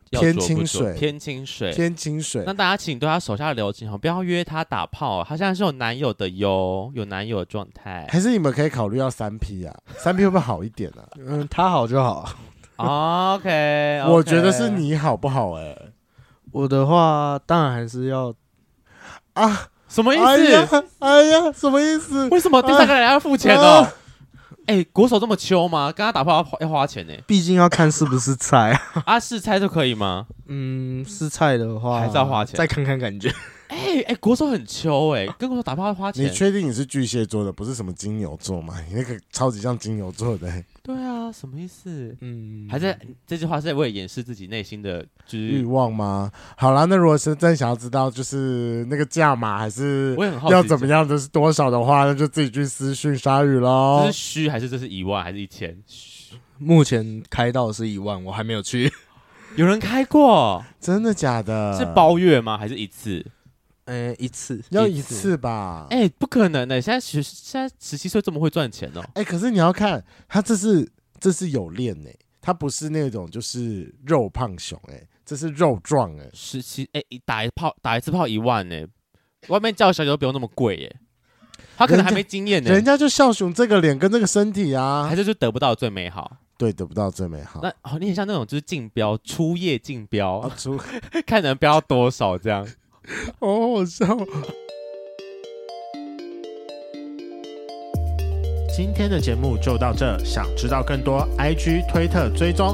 偏清水， 偏清水， 偏清水。 那大家请对他手下留情，不要约他打炮，他现在是有男友的哟，有男友的状态。 还是你们可以考虑要3P 啊？3P 会不会好一点啊？ 他好就好。 OK， 我觉得是你好不好？ 我的话当然还是要啊， 什么意思？ 哎呀，什么意思？ 为什么第三个人要付钱哦？国手这么秋吗？跟他打炮要花钱呢？ 毕竟要看是不是菜啊。是菜就可以吗？ 是菜的话还是要花钱， 再看看感觉。 国手很秋跟国手打炮要花钱。 你确定你是巨蟹座的，不是什么金牛座吗？你那个超级像金牛座的。 对啊，什么意思？还在这句话是为了掩饰自己内心的就是欲望吗？好啦，那如果是真想要知道就是那个价码还是我也很好奇要怎么样，就是多少的话，那就自己去私讯鲨鱼咯。 这是虚还是这是1万还是1000？ 目前开到的是1万，我还没有去。 有人开过？ 真的假的？ 是包月吗？还是一次？ 一次要一次吧？ 不可能的！现在17岁这么会赚钱哦。 可是你要看他这是有练他不是那种就是肉胖熊这是肉壮 17打一次炮1万外面叫小姐都不用那么贵他可能还没经验人家就孝雄这个脸跟这个身体啊， 还是就得不到最美好。 对，得不到最美好。 那你很像那种就是竞标初夜竞标，看能标多少这样。 好好笑。今天的节目就到这，想知道更多 IG 推特追踪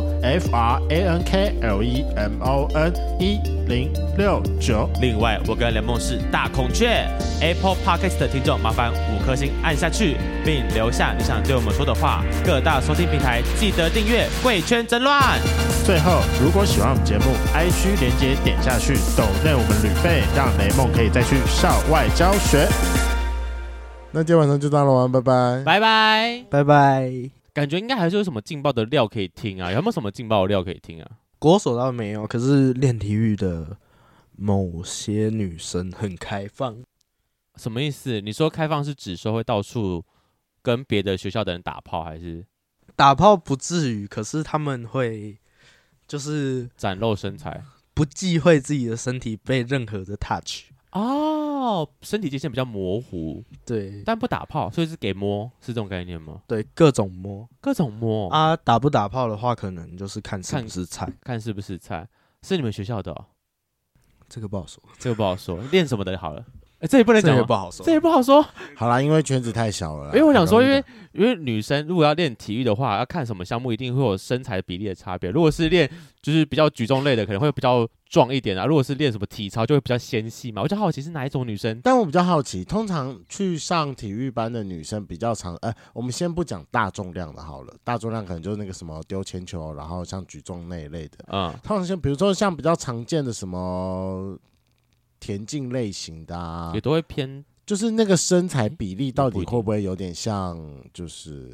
FRANKLEMON1069。 另外我跟雷梦是大孔雀 Apple Podcast 的听众麻烦5颗星按下去，并留下你想对我们说的话。各大收听平台记得订阅贵圈争乱。 最后如果喜欢我们节目 IG 连结点下去抖内我们旅费，让雷梦可以再去校外教学。那今天晚上就到了，拜拜， 拜拜， 拜拜。 感觉应该还是有什么劲爆的料可以听啊？有没有什么劲爆的料可以听啊？ 国手倒没有，可是练体育的某些女生很开放。 什么意思？你说开放是指说会到处跟别的学校的人打炮，还是打炮不至于？可是他们会就是展露身材， 不忌讳自己的身体被任何的 touch。 身体界限比较模糊， 对， 但不打炮，所以是给摸，是这种概念吗？ 对，各种摸啊，打不打炮的话，可能就是看是不是菜， 看是不是菜，是你们学校的这个不好说， 练什么的好了。这也不能讲， 这也不好说， 这也不好说。 好啦，因为圈子太小了啦。 因为我想说，因为女生如果要练体育的话，要看什么项目，一定会有身材比例的差别。如果是练就是比较举重类的，可能会比较壮一点啊。如果是练什么体操，就会比较纤细嘛。我就好奇是哪一种女生。 但我比较好奇，通常去上体育班的女生比较常，我们先不讲大重量的好了，大重量可能就是那个什么丢铅球，然后像举重那一类的。通常比如说像比较常见的什么田径类型的也都会偏， 就是那个身材比例到底会不会有点像就是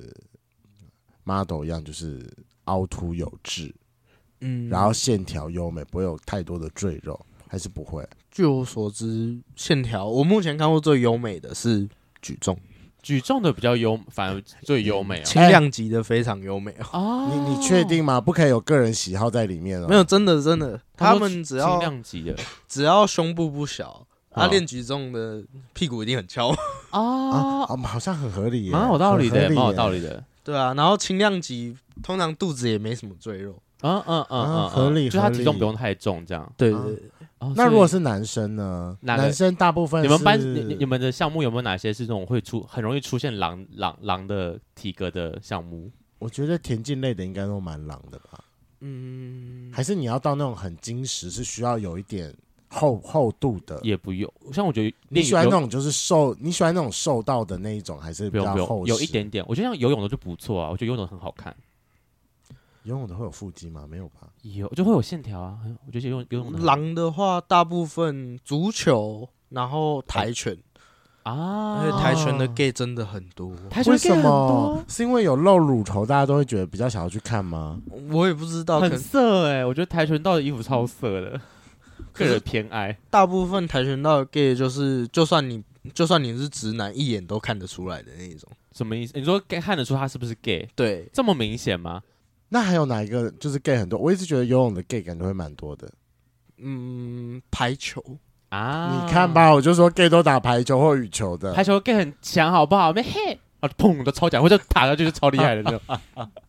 model 一样，就是凹凸有致，然后线条优美，不会有太多的赘肉，还是不会？ 据我所知，线条我目前看过最优美的是举重。 举重的比较反而最优美轻量级的非常优美你确定吗？不可以有个人喜好在里面没有，真的，他们只要轻量级的， 只要胸部不小，练举重的屁股一定很翘好像很合理耶， 蛮有道理的，蛮有道理的。 对啊，然后轻量级通常肚子也没什么赘肉， 合理， 就他体重不用太重，这样。 对。 那如果是男生呢？男生大部分你们班你们的项目有没有哪些是这种很容易出现狼的体格的项目？ 我觉得田径类的应该都蛮狼的吧。还是你要到那种很精实，是需要有一点厚度的？ 也不用，像我觉得你喜欢那种就是你喜欢那种瘦到的那一种，还是比较厚实？ 有一点点，我觉得像游泳的就不错啊，我觉得游泳的很好看。 游泳的会有腹肌吗？没有吧？ 有，就会有线条啊。我觉得游泳的狼的话，大部分足球，然后跆拳而且跆拳的 gay 真的很多。 为什么？是因为有露乳头，大家都会觉得比较想要去看吗？ 我也不知道， 很色我觉得跆拳道的衣服超色的，个人偏爱。 大部分跆拳道的 gay 就是，就算你是直男，一眼都看得出来的那一种。 什么意思？你说看得出他是不是 gay？ 对， 这么明显吗？ 那还有哪一个就是 gay 很多？我一直觉得游泳的 gay 感觉会蛮多的。 排球啊， 你看吧，我就说 gay 都打排球或羽球的， 排球 gay 很强，好不好？嘿，啊，砰的超强，或者打下去就超厉害的那种。